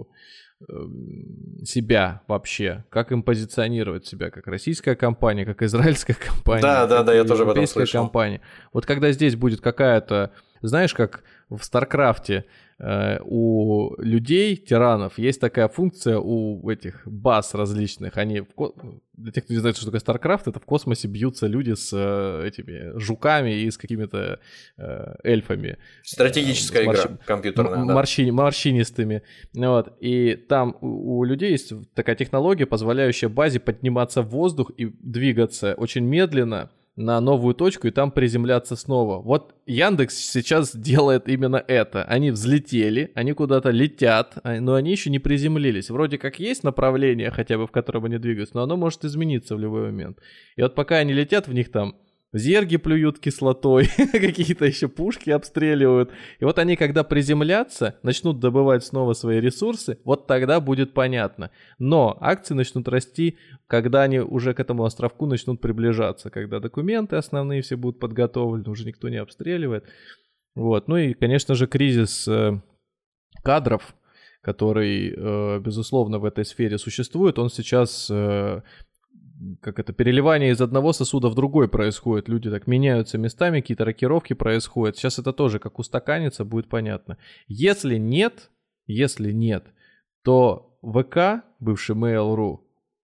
себя вообще, как им позиционировать себя, как российская компания, как израильская компания, да, да, да, я тоже об этом слышал. Компания. Вот когда здесь будет какая-то, знаешь, как в Старкрафте э, у людей, тиранов, есть такая функция у этих баз различных, они, в ко... для тех, кто не знает, что такое Старкрафт, это в космосе бьются люди с э, этими жуками и с какими-то э, эльфами. Стратегическая э, игра марщ... компьютерная, м- морщи... да. Морщинистыми. Вот. И там у, у людей есть такая технология, позволяющая базе подниматься в воздух и двигаться очень медленно на новую точку и там приземляться снова. Вот Яндекс сейчас делает именно это. Они взлетели, они куда-то летят, но они еще не приземлились. Вроде как есть направление, хотя бы в котором они двигаются, но оно может измениться в любой момент. И вот пока они летят, в них там зерги плюют кислотой, какие-то еще пушки обстреливают. И вот они, когда приземлятся, начнут добывать снова свои ресурсы, вот тогда будет понятно. Но акции начнут расти, когда они уже к этому островку начнут приближаться, когда документы основные все будут подготовлены, уже никто не обстреливает. Вот. Ну и, конечно же, кризис э, кадров, который, э, безусловно, в этой сфере существует, он сейчас... Э, как это, переливание из одного сосуда в другой происходит. Люди так меняются местами, какие-то рокировки происходят. Сейчас это тоже как устаканится, будет понятно. Если нет, если нет, то ВК, бывший Mail.ru,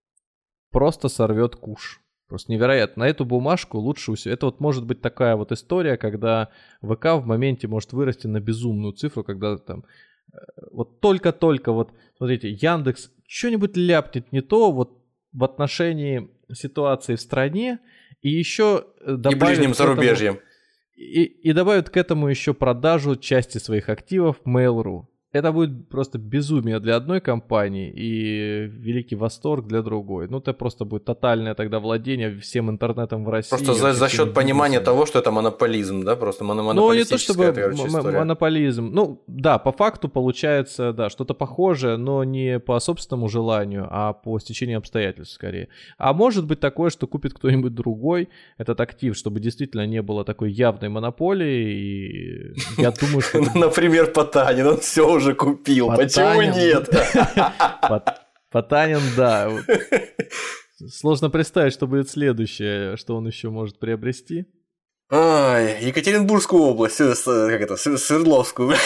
просто сорвет куш. Просто невероятно. На эту бумажку лучше усилить. Это вот может быть такая вот история, когда ВК в моменте может вырасти на безумную цифру, когда там вот только-только вот, смотрите, Яндекс что-нибудь ляпнет не то, вот в отношении ситуации в стране, и еще добавит... И ближним зарубежьем. И, и добавят к этому еще продажу части своих активов Mail.ru. Это будет просто безумие для одной компании и великий восторг для другой. Ну, это просто будет тотальное тогда владение всем интернетом в России. Просто за, за счет понимания того, что это монополизм, да? Просто монополистическая, ну, не то чтобы м- монополизм. Ну, да, по факту получается, да, что-то похожее, но не по собственному желанию, а по стечению обстоятельств скорее. А может быть такое, что купит кто-нибудь другой этот актив, чтобы действительно не было такой явной монополии. И я думаю, что... Например, Потанин, он все уже купил. Потанин. Почему нет? Потанин, да. Сложно представить, что будет следующее, что он еще может приобрести. Ай, Екатеринбургскую область, как это, Свердловскую.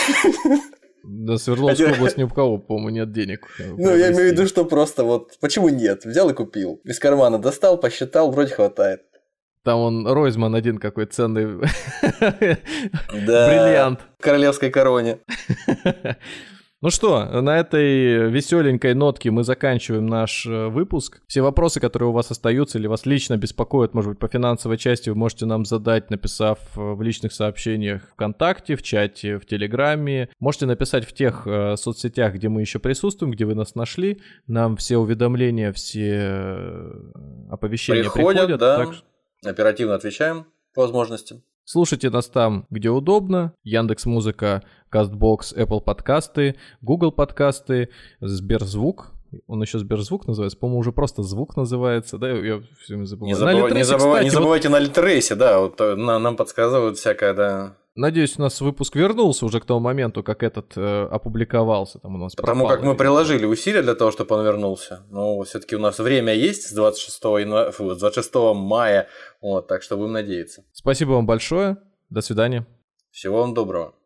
На Свердловскую область ни у кого, по-моему, нет денег. Ну, я имею в виду, что просто вот, почему нет? Взял и купил. Из кармана достал, посчитал, вроде хватает. Там он, Ройзман, один какой ценный Да, бриллиант. в королевской короне. Ну что, на этой веселенькой нотке мы заканчиваем наш выпуск. Все вопросы, которые у вас остаются или вас лично беспокоят, может быть, по финансовой части, вы можете нам задать, написав в личных сообщениях ВКонтакте, в чате, в Телеграме. Можете написать в тех э, соцсетях, где мы еще присутствуем, где вы нас нашли. Нам все уведомления, все оповещения приходят. Приходят, да. Так... Оперативно отвечаем по возможности. Слушайте нас там, где удобно. Яндекс.Музыка, Castbox, Apple подкасты, Google подкасты, Сберзвук. Он еще Сберзвук называется, по-моему, уже просто звук называется, да, я все время забываю. Не, забыв... не, забыв... кстати, не забывайте вот... на Литресе, да, вот на, нам подсказывают всякое, да. Надеюсь, у нас выпуск вернулся уже к тому моменту, как этот э, опубликовался. Там у нас Потому пропало, как мы приложили усилия для того, чтобы он вернулся. Но все-таки у нас время есть с двадцать шестого, января... Фу, с двадцать шестого мая, вот, так что будем надеяться. Спасибо вам большое, до свидания. Всего вам доброго.